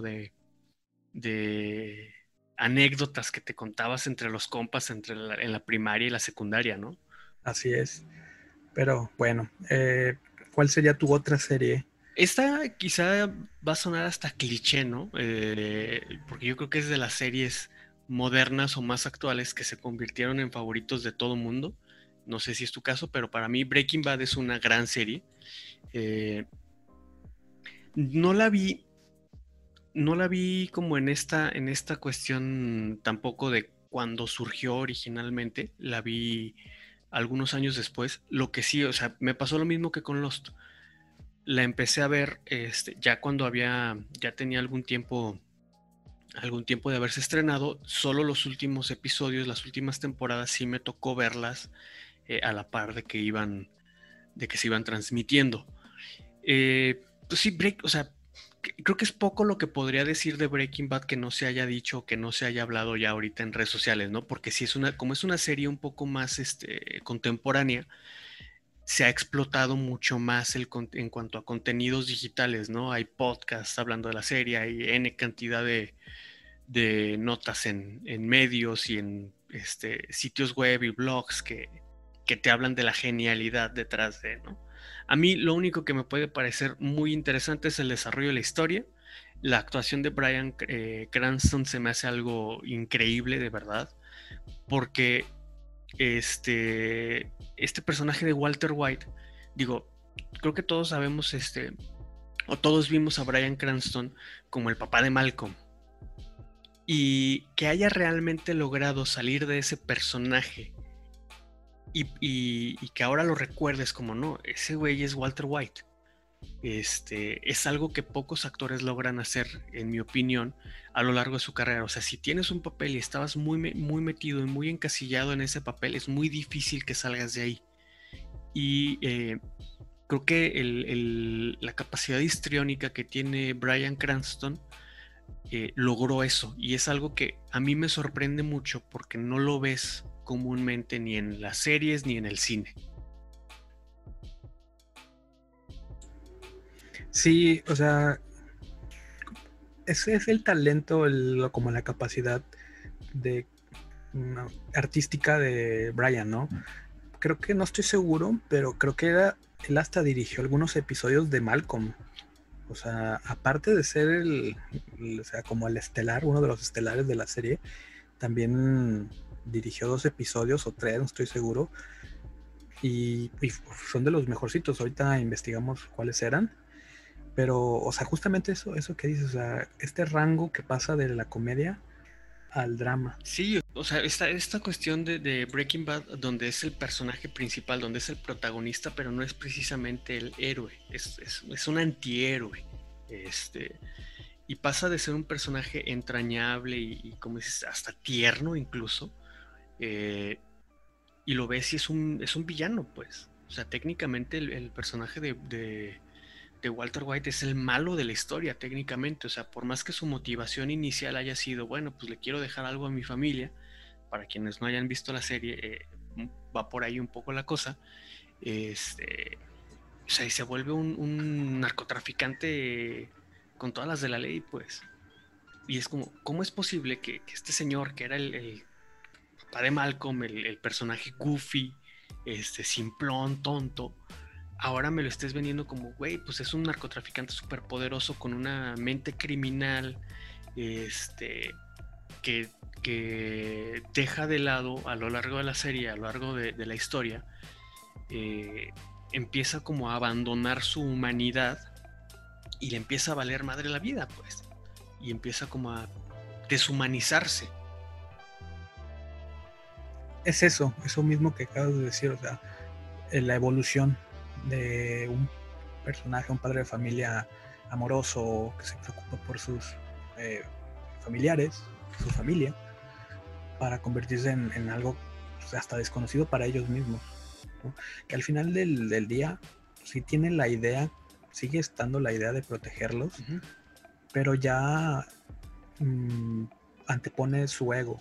de anécdotas que te contabas entre los compas en la primaria y la secundaria, ¿no? Así es. Pero bueno, ¿cuál sería tu otra serie? Esta quizá va a sonar hasta cliché, ¿no? Porque yo creo que es de las series modernas o más actuales que se convirtieron en favoritos de todo mundo. No sé si es tu caso, pero para mí Breaking Bad es una gran serie. Eh, no la vi, no la vi como en esta cuestión tampoco de cuando surgió originalmente, la vi algunos años después. Lo que sí, o sea, me pasó lo mismo que con Lost. La empecé a ver ya cuando ya tenía algún tiempo de haberse estrenado. Solo los últimos episodios, las últimas temporadas sí me tocó verlas a la par de que se iban transmitiendo. Pues sí, o sea, creo que es poco lo que podría decir de Breaking Bad que no se haya dicho, que no se haya hablado ya ahorita en redes sociales, ¿no? Porque sí como es una serie un poco más contemporánea, se ha explotado mucho más en cuanto a contenidos digitales, ¿no? Hay podcasts hablando de la serie, hay N cantidad de notas en medios y en sitios web y blogs que te hablan de la genialidad detrás de, ¿no? A mí lo único que me puede parecer muy interesante es el desarrollo de la historia. La actuación de Bryan Cranston se me hace algo increíble, de verdad, porque este personaje de Walter White, digo, creo que todos sabemos, o todos vimos a Bryan Cranston como el papá de Malcolm. Y que haya realmente logrado salir de ese personaje y que ahora lo recuerdes como no, ese güey es Walter White. Es algo que pocos actores logran hacer, en mi opinión, a lo largo de su carrera. O sea, si tienes un papel y estabas muy metido y muy encasillado en ese papel, es muy difícil que salgas de ahí. Y creo que la capacidad histriónica que tiene Bryan Cranston logró eso. Y es algo que a mí me sorprende mucho porque no lo ves comúnmente ni en las series ni en el cine. Sí, o sea, ese es el talento, como la capacidad de artística de Bryan, ¿no? Creo que no estoy seguro, pero creo que él hasta dirigió algunos episodios de Malcolm. O sea, aparte de ser o sea, como el estelar, uno de los estelares de la serie, también dirigió 2 episodios o 3, no estoy seguro. Y son de los mejorcitos. Ahorita investigamos cuáles eran. Pero, o sea, justamente eso que dices, o sea, este rango que pasa de la comedia al drama. Sí, o sea, esta cuestión de Breaking Bad, donde es el personaje principal, donde es el protagonista, pero no es precisamente el héroe, es un antihéroe. Y pasa de ser un personaje entrañable y como dices, hasta tierno incluso, y lo ves y es un villano, pues. O sea, técnicamente el personaje de Walter White es el malo de la historia, técnicamente. O sea, por más que su motivación inicial haya sido, bueno, pues le quiero dejar algo a mi familia, para quienes no hayan visto la serie, va por ahí un poco la cosa. O sea, y se vuelve un narcotraficante con todas las de la ley, pues. Y es como, ¿cómo es posible que este señor, que era el papá de Malcolm, el personaje goofy, simplón, tonto, ahora me lo estés vendiendo como, güey, pues es un narcotraficante súper poderoso con una mente criminal, que deja de lado a lo largo de la serie, a lo largo de la historia, empieza como a abandonar su humanidad y le empieza a valer madre la vida, pues, y empieza como a deshumanizarse. Es eso mismo que acabas de decir, o sea, la evolución de un personaje, un padre de familia amoroso que se preocupa por sus familiares, su familia, para convertirse en algo pues, hasta desconocido para ellos mismos, ¿no? Que al final del día sí tiene la idea, sigue estando la idea de protegerlos, pero ya antepone su ego,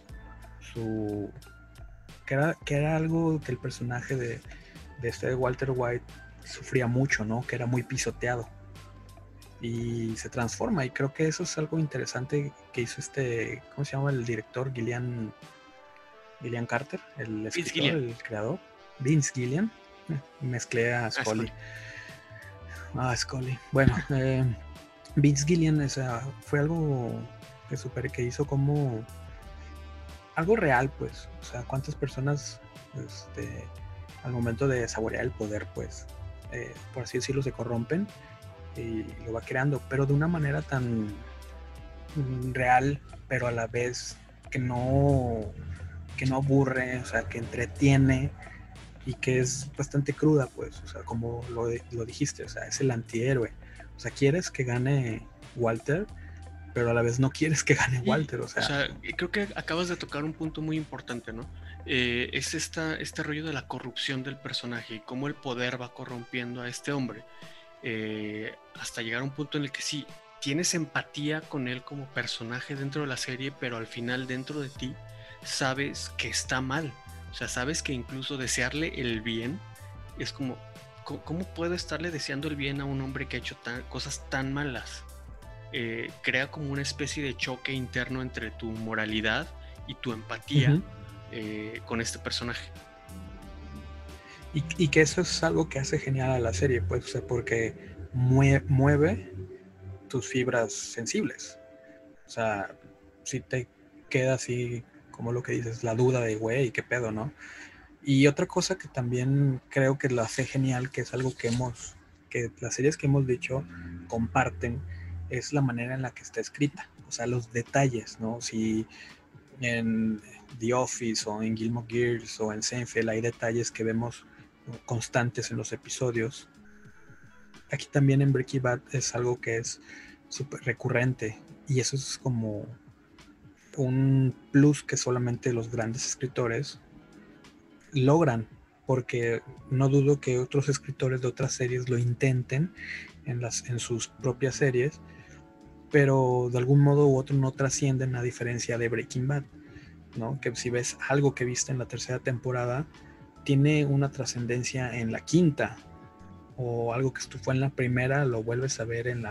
que era algo que el personaje de Walter White sufría mucho, ¿no? Que era muy pisoteado y se transforma, y creo que eso es algo interesante que hizo ¿cómo se llama el director? Gillian Carter, el escritor, el creador, Vince Gillian. Mezclé a Scully. Scully. Bueno, Vince Gillian, fue algo que hizo como algo real, pues. O sea, cuántas personas al momento de saborear el poder, pues, por así decirlo, se corrompen y lo va creando, pero de una manera tan real, pero a la vez que no aburre, o sea, que entretiene y que es bastante cruda, pues, o sea, como lo dijiste, o sea, es el antihéroe. O sea, quieres que gane Walter, pero a la vez no quieres que gane Walter, o sea, creo que acabas de tocar un punto muy importante, ¿no? Es este rollo de la corrupción del personaje y cómo el poder va corrompiendo a este hombre, hasta llegar a un punto en el que sí, tienes empatía con él como personaje dentro de la serie, pero al final dentro de ti sabes que está mal. O sea, sabes que incluso desearle el bien es como, ¿cómo puedo estarle deseando el bien a un hombre que ha hecho cosas tan malas? Crea como una especie de choque interno entre tu moralidad y tu empatía con este personaje. Y que eso es algo que hace genial a la serie, pues, o sea, porque mueve tus fibras sensibles. O sea, si te queda así, como lo que dices, la duda de, güey, ¿qué pedo, no? Y otra cosa que también creo que lo hace genial, que es algo que las series que hemos dicho comparten, es la manera en la que está escrita. O sea, los detalles, ¿no? Si en The Office o en Gilmore Girls o en Seinfeld hay detalles que vemos constantes en los episodios, aquí también en Breaking Bad es algo que es súper recurrente, y eso es como un plus que solamente los grandes escritores logran, porque no dudo que otros escritores de otras series lo intenten en sus propias series, pero de algún modo u otro no trascienden, a diferencia de Breaking Bad, ¿no? Que si ves algo que viste en la tercera temporada, tiene una trascendencia en la quinta, o algo que fue en la primera, lo vuelves a ver en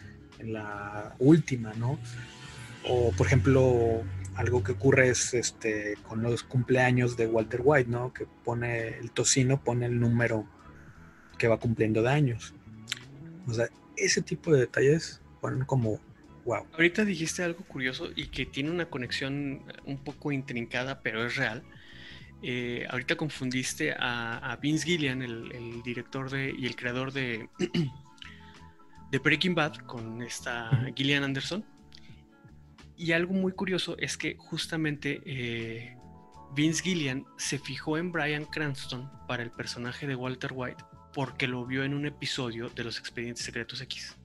la última, ¿no? O por ejemplo, algo que ocurre es con los cumpleaños de Walter White, ¿no? Que pone el tocino, pone el número que va cumpliendo de años. O sea, ese tipo de detalles ponen como wow. Ahorita dijiste algo curioso y que tiene una conexión un poco intrincada, pero es real. Ahorita confundiste a Vince Gilligan, el director y el creador de Breaking Bad, con esta Gillian Anderson. Y algo muy curioso es que justamente Vince Gilligan se fijó en Bryan Cranston para el personaje de Walter White porque lo vio en un episodio de Los Expedientes Secretos X.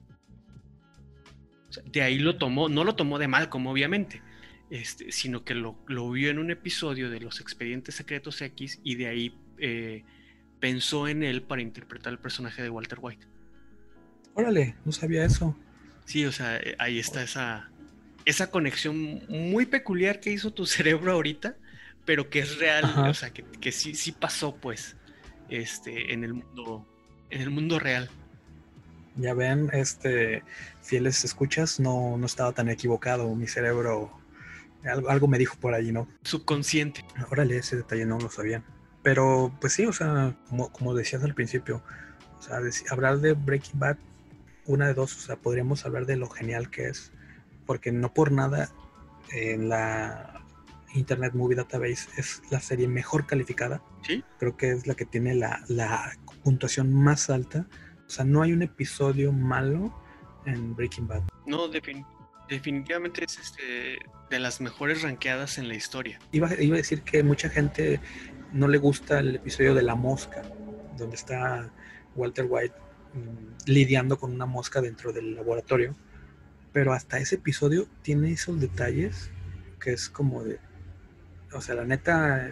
O sea, de ahí lo tomó, no lo tomó de Malcolm, obviamente, sino que lo vio en un episodio de Los Expedientes Secretos X y de ahí pensó en él para interpretar el personaje de Walter White. Órale, no sabía eso. Sí, o sea, ahí está esa conexión muy peculiar que hizo tu cerebro ahorita, pero que es real. Ajá. O sea, que sí pasó, pues, en el mundo real. Ya ven, fieles escuchas, no estaba tan equivocado. Mi cerebro, algo me dijo por allí, ¿no? Subconsciente. Órale, ese detalle no lo sabía. Pero, pues sí, o sea, como decías al principio, o sea, hablar de Breaking Bad, una de dos, o sea, podríamos hablar de lo genial que es, porque no por nada en la Internet Movie Database es la serie mejor calificada. ¿Sí? Creo que es la que tiene la puntuación más alta. O sea, no hay un episodio malo en Breaking Bad. No, definitivamente es de las mejores rankeadas en la historia. Iba a decir que mucha gente no le gusta el episodio de la mosca, donde está Walter White lidiando con una mosca dentro del laboratorio, pero hasta ese episodio tiene esos detalles que es como de, o sea, la neta,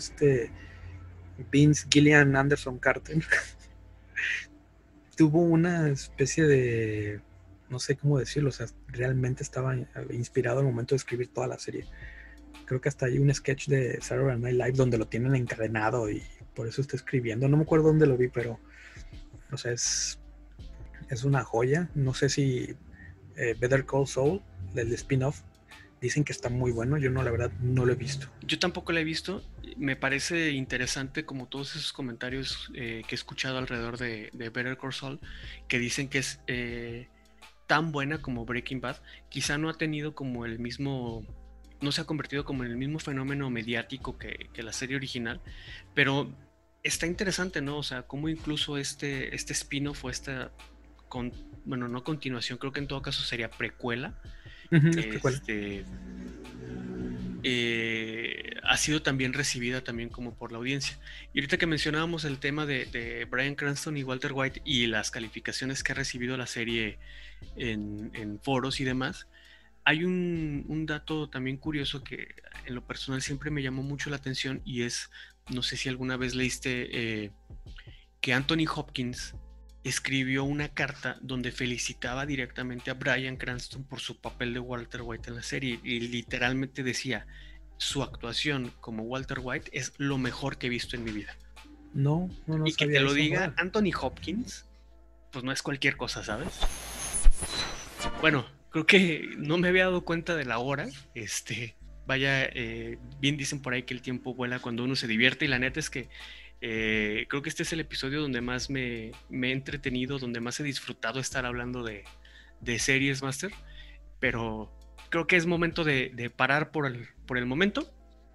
Vince Gillian Anderson Carter tuvo una especie de, no sé cómo decirlo, o sea, realmente estaba inspirado al momento de escribir toda la serie. Creo que hasta hay un sketch de Saturday Night Live donde lo tienen encadenado y por eso está escribiendo. No me acuerdo dónde lo vi, pero, o sea, es una joya. No sé si Better Call Saul, el spin-off, dicen que está muy bueno. Yo no, la verdad, no lo he visto. Yo tampoco lo he visto. Me parece interesante como todos esos comentarios que he escuchado alrededor de Better Call Saul, que dicen que es tan buena como Breaking Bad. Quizá no ha tenido como el mismo, no se ha convertido como en el mismo fenómeno mediático que la serie original, pero está interesante, ¿no? O sea, cómo incluso este spin-off o bueno, no continuación, creo que en todo caso sería precuela. Ha sido también recibida también como por la audiencia. Y ahorita que mencionábamos el tema de Bryan Cranston y Walter White y las calificaciones que ha recibido la serie en foros y demás, hay un dato también curioso que en lo personal siempre me llamó mucho la atención, y es, no sé si alguna vez leíste que Anthony Hopkins escribió una carta donde felicitaba directamente a Bryan Cranston por su papel de Walter White en la serie, y literalmente decía: su actuación como Walter White es lo mejor que he visto en mi vida. No y que te lo diga Anthony Hopkins, pues no es cualquier cosa, ¿sabes? Bueno, creo que no me había dado cuenta de la hora. Vaya, bien dicen por ahí que el tiempo vuela cuando uno se divierte, y la neta es que Creo que este es el episodio donde más me he entretenido, donde más he disfrutado estar hablando de series, Master. Pero creo que es momento de parar por el momento.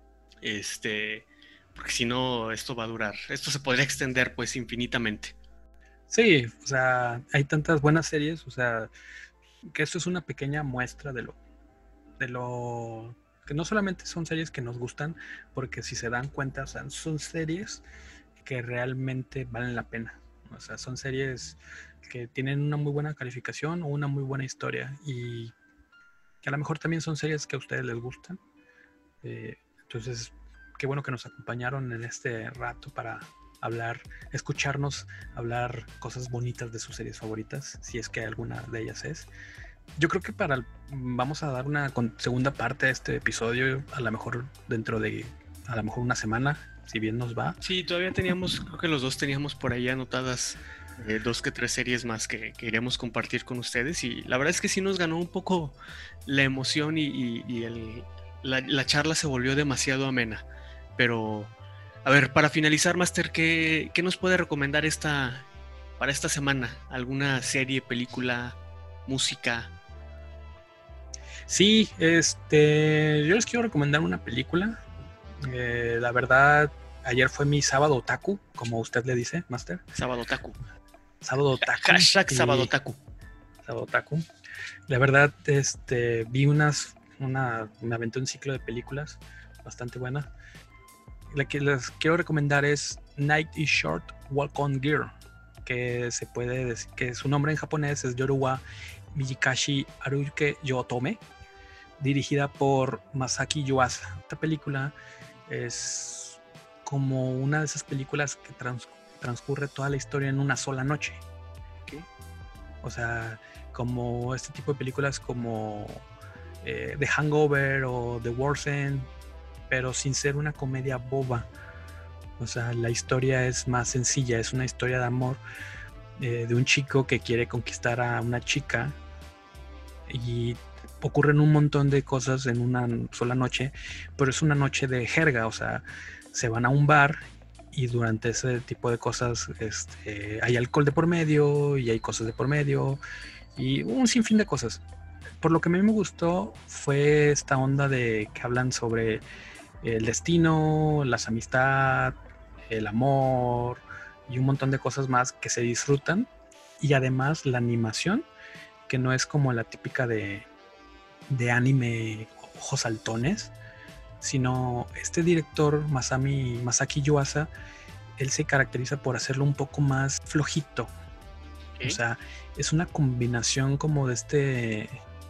Porque si no, esto va a durar. Esto se podría extender pues infinitamente. Sí, o sea, hay tantas buenas series, o sea, que esto es una pequeña muestra de lo que no solamente son series que nos gustan, porque si se dan cuenta, o sea, son series que realmente valen la pena. O sea, son series que tienen una muy buena calificación o una muy buena historia y que a lo mejor también son series que a ustedes les gustan. Entonces, qué bueno que nos acompañaron en este rato para hablar, escucharnos hablar cosas bonitas de sus series favoritas, si es que alguna de ellas es. Yo creo que vamos a dar una segunda parte de este episodio, a lo mejor dentro de, a lo mejor una semana, si bien nos va. Sí, todavía teníamos, creo que los dos teníamos por ahí anotadas 2 que 3 series más que queríamos compartir con ustedes, y la verdad es que sí nos ganó un poco la emoción y la charla se volvió demasiado amena. Pero, a ver, para finalizar, Master, ¿qué nos puede recomendar para esta semana? ¿Alguna serie, película, música? Sí, yo les quiero recomendar una película. La verdad, ayer fue mi sábado otaku, como usted le dice, Master. Sábado Otaku. Sábado otaku. Hashtag Sábado Otaku. Sábado otaku. La verdad, vi me aventé un ciclo de películas bastante buena. La que les quiero recomendar es Night is Short, Walk on Gear, que se puede decir que su nombre en japonés es Yoruwa Mijikashi Haruke Yotome, dirigida por Masaki Yuasa. Esta película es como una de esas películas que transcurre toda la historia en una sola noche. ¿Okay? O sea, como este tipo de películas como The Hangover o The World's End, pero sin ser una comedia boba. O sea, la historia es más sencilla, es una historia de amor de un chico que quiere conquistar a una chica y ocurren un montón de cosas en una sola noche, pero es una noche de jerga, o sea, se van a un bar y durante ese tipo de cosas hay alcohol de por medio y hay cosas de por medio y un sinfín de cosas. Por lo que a mí me gustó fue esta onda de que hablan sobre el destino, las amistad, el amor y un montón de cosas más que se disfrutan, y además la animación, que no es como la típica de anime ojos saltones, sino este director Masaki Yuasa, él se caracteriza por hacerlo un poco más flojito. ¿Okay? O sea, es una combinación como de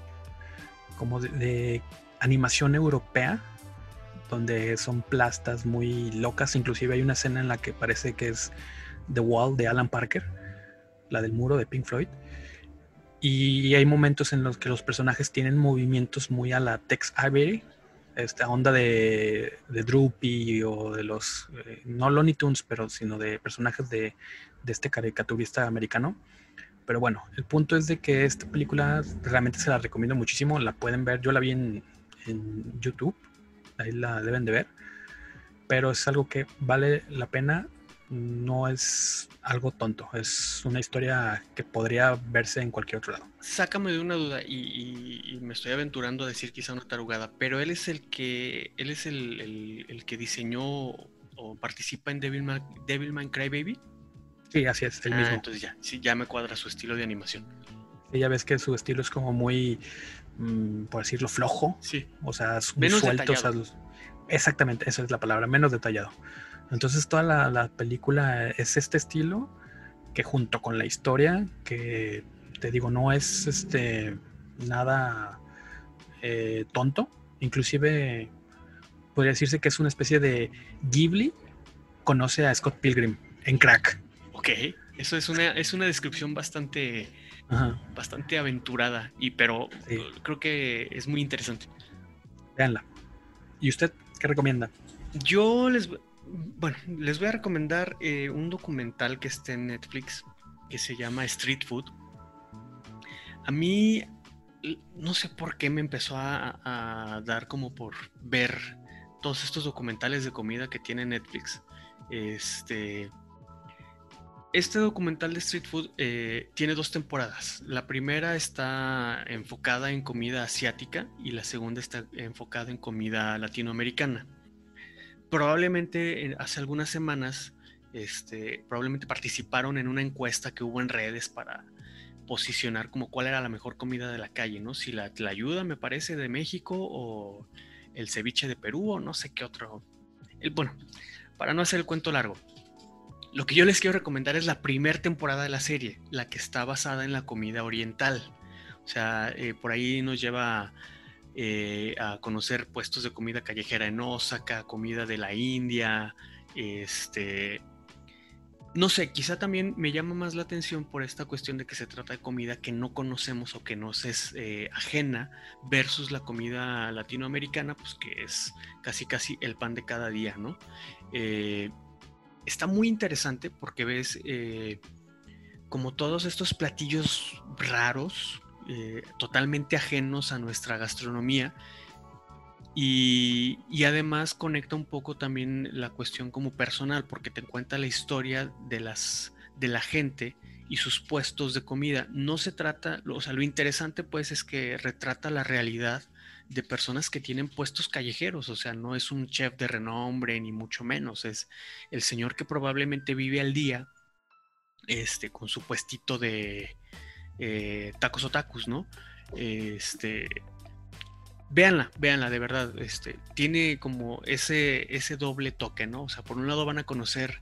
de animación europea, donde son plastas muy locas. Inclusive hay una escena en la que parece que es The Wall de Alan Parker, la del muro de Pink Floyd, y hay momentos en los que los personajes tienen movimientos muy a la Tex Avery, esta onda de Droopy o de los no Looney Tunes, pero sino de personajes de este caricaturista americano. Pero bueno, el punto es de que esta película realmente se la recomiendo muchísimo. La pueden ver, yo la vi en YouTube, ahí la deben de ver, pero es algo que vale la pena. No es algo tonto, es una historia que podría verse en cualquier otro lado. Sácame de una duda y me estoy aventurando a decir quizá una tarugada, pero él es el que diseñó o participa en Devilman Crybaby. Sí, así es, el mismo. Entonces ya me cuadra su estilo de animación. Sí, ya ves que su estilo es como muy, por decirlo, flojo. Sí. O sea, muy menos suelto. detallado. O sea, exactamente, esa es la palabra, menos detallado. Entonces toda la película es este estilo, que junto con la historia, que te digo, no es nada tonto. Inclusive podría decirse que es una especie de Ghibli conoce a Scott Pilgrim en crack. Ok, eso es una descripción bastante aventurada, pero sí, creo que es muy interesante. Véanla. ¿Y usted qué recomienda? Yo les voy a recomendar un documental que está en Netflix que se llama Street Food. A mí no sé por qué me empezó a dar como por ver todos estos documentales de comida que tiene Netflix. Este documental de Street Food tiene 2 temporadas. La primera está enfocada en comida asiática y la segunda está enfocada en comida latinoamericana. Probablemente hace algunas semanas, probablemente participaron en una encuesta que hubo en redes para posicionar como cuál era la mejor comida de la calle, ¿no? Si la tlayuda, me parece, de México, o el ceviche de Perú, o no sé qué otro. Bueno, para no hacer el cuento largo, lo que yo les quiero recomendar es la primera temporada de la serie, la que está basada en la comida oriental. O sea, por ahí nos lleva a conocer puestos de comida callejera en Osaka, comida de la India, no sé, quizá también me llama más la atención por esta cuestión de que se trata de comida que no conocemos o que nos es ajena, versus la comida latinoamericana, pues que es casi el pan de cada día, ¿no? Está muy interesante porque ves como todos estos platillos raros, totalmente ajenos a nuestra gastronomía, y además conecta un poco también la cuestión como personal, porque te cuenta la historia de la gente y sus puestos de comida. No se trata, o sea, lo interesante pues es que retrata la realidad de personas que tienen puestos callejeros. O sea, no es un chef de renombre ni mucho menos, es el señor que probablemente vive al día con su puestito de tacos o tacos, ¿no? Véanla, de verdad, tiene como ese doble toque, ¿no? O sea, por un lado van a conocer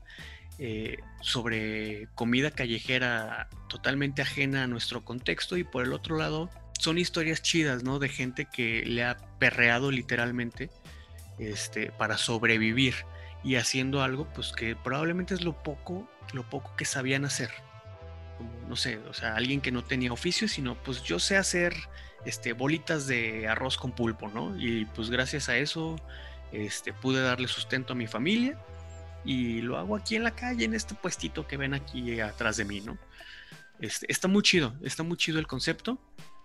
sobre comida callejera totalmente ajena a nuestro contexto, y por el otro lado son historias chidas, ¿no? De gente que le ha perreado literalmente para sobrevivir y haciendo algo pues que probablemente es lo poco que sabían hacer. Como, no sé, o sea, alguien que no tenía oficio, sino pues yo sé hacer bolitas de arroz con pulpo, ¿no? Y pues gracias a eso pude darle sustento a mi familia, y lo hago aquí en la calle, en este puestito que ven aquí atrás de mí, ¿no? Está muy chido el concepto.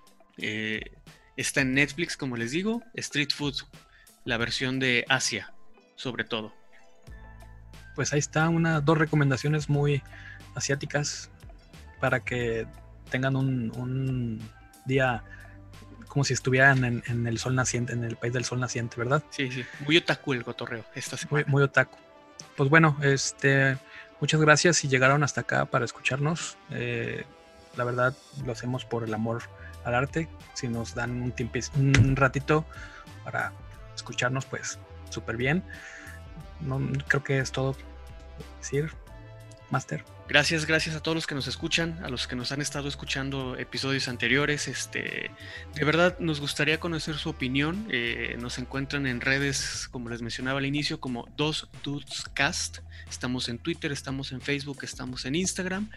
Está en Netflix, como les digo, Street Food, la versión de Asia, sobre todo. Pues ahí está, dos recomendaciones muy asiáticas para que tengan un día como si estuvieran en el sol naciente, en el país del sol naciente, ¿verdad? Sí, muy otaku el cotorreo esta semana. Muy otaku. Pues bueno, muchas gracias si llegaron hasta acá para escucharnos. La verdad, lo hacemos por el amor al arte. Si nos dan un ratito para escucharnos, pues súper bien. No, creo que es todo decir, Master. Gracias a todos los que nos escuchan, a los que nos han estado escuchando episodios anteriores. De verdad nos gustaría conocer su opinión. Nos encuentran en redes, como les mencionaba al inicio, como 2dudescast. Estamos en Twitter, estamos en Facebook, estamos en Instagram.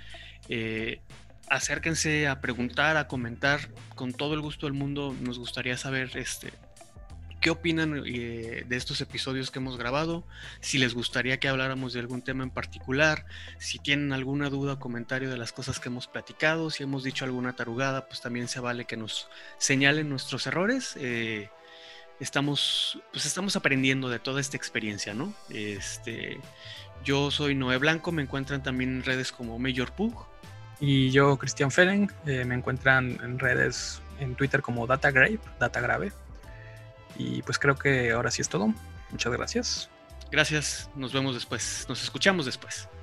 Acérquense a preguntar, a comentar, con todo el gusto del mundo. Nos gustaría saber qué opinan de estos episodios que hemos grabado, si les gustaría que habláramos de algún tema en particular, si tienen alguna duda o comentario de las cosas que hemos platicado, si hemos dicho alguna tarugada, pues también se vale que nos señalen nuestros errores. Estamos aprendiendo de toda esta experiencia, ¿no? Yo soy Noé Blanco, me encuentran también en redes como Major Pug. Y yo, Christian Ferenc, me encuentran en redes, en Twitter como Datagrave. Y pues creo que ahora sí es todo. Muchas gracias. Gracias, nos vemos después, nos escuchamos después.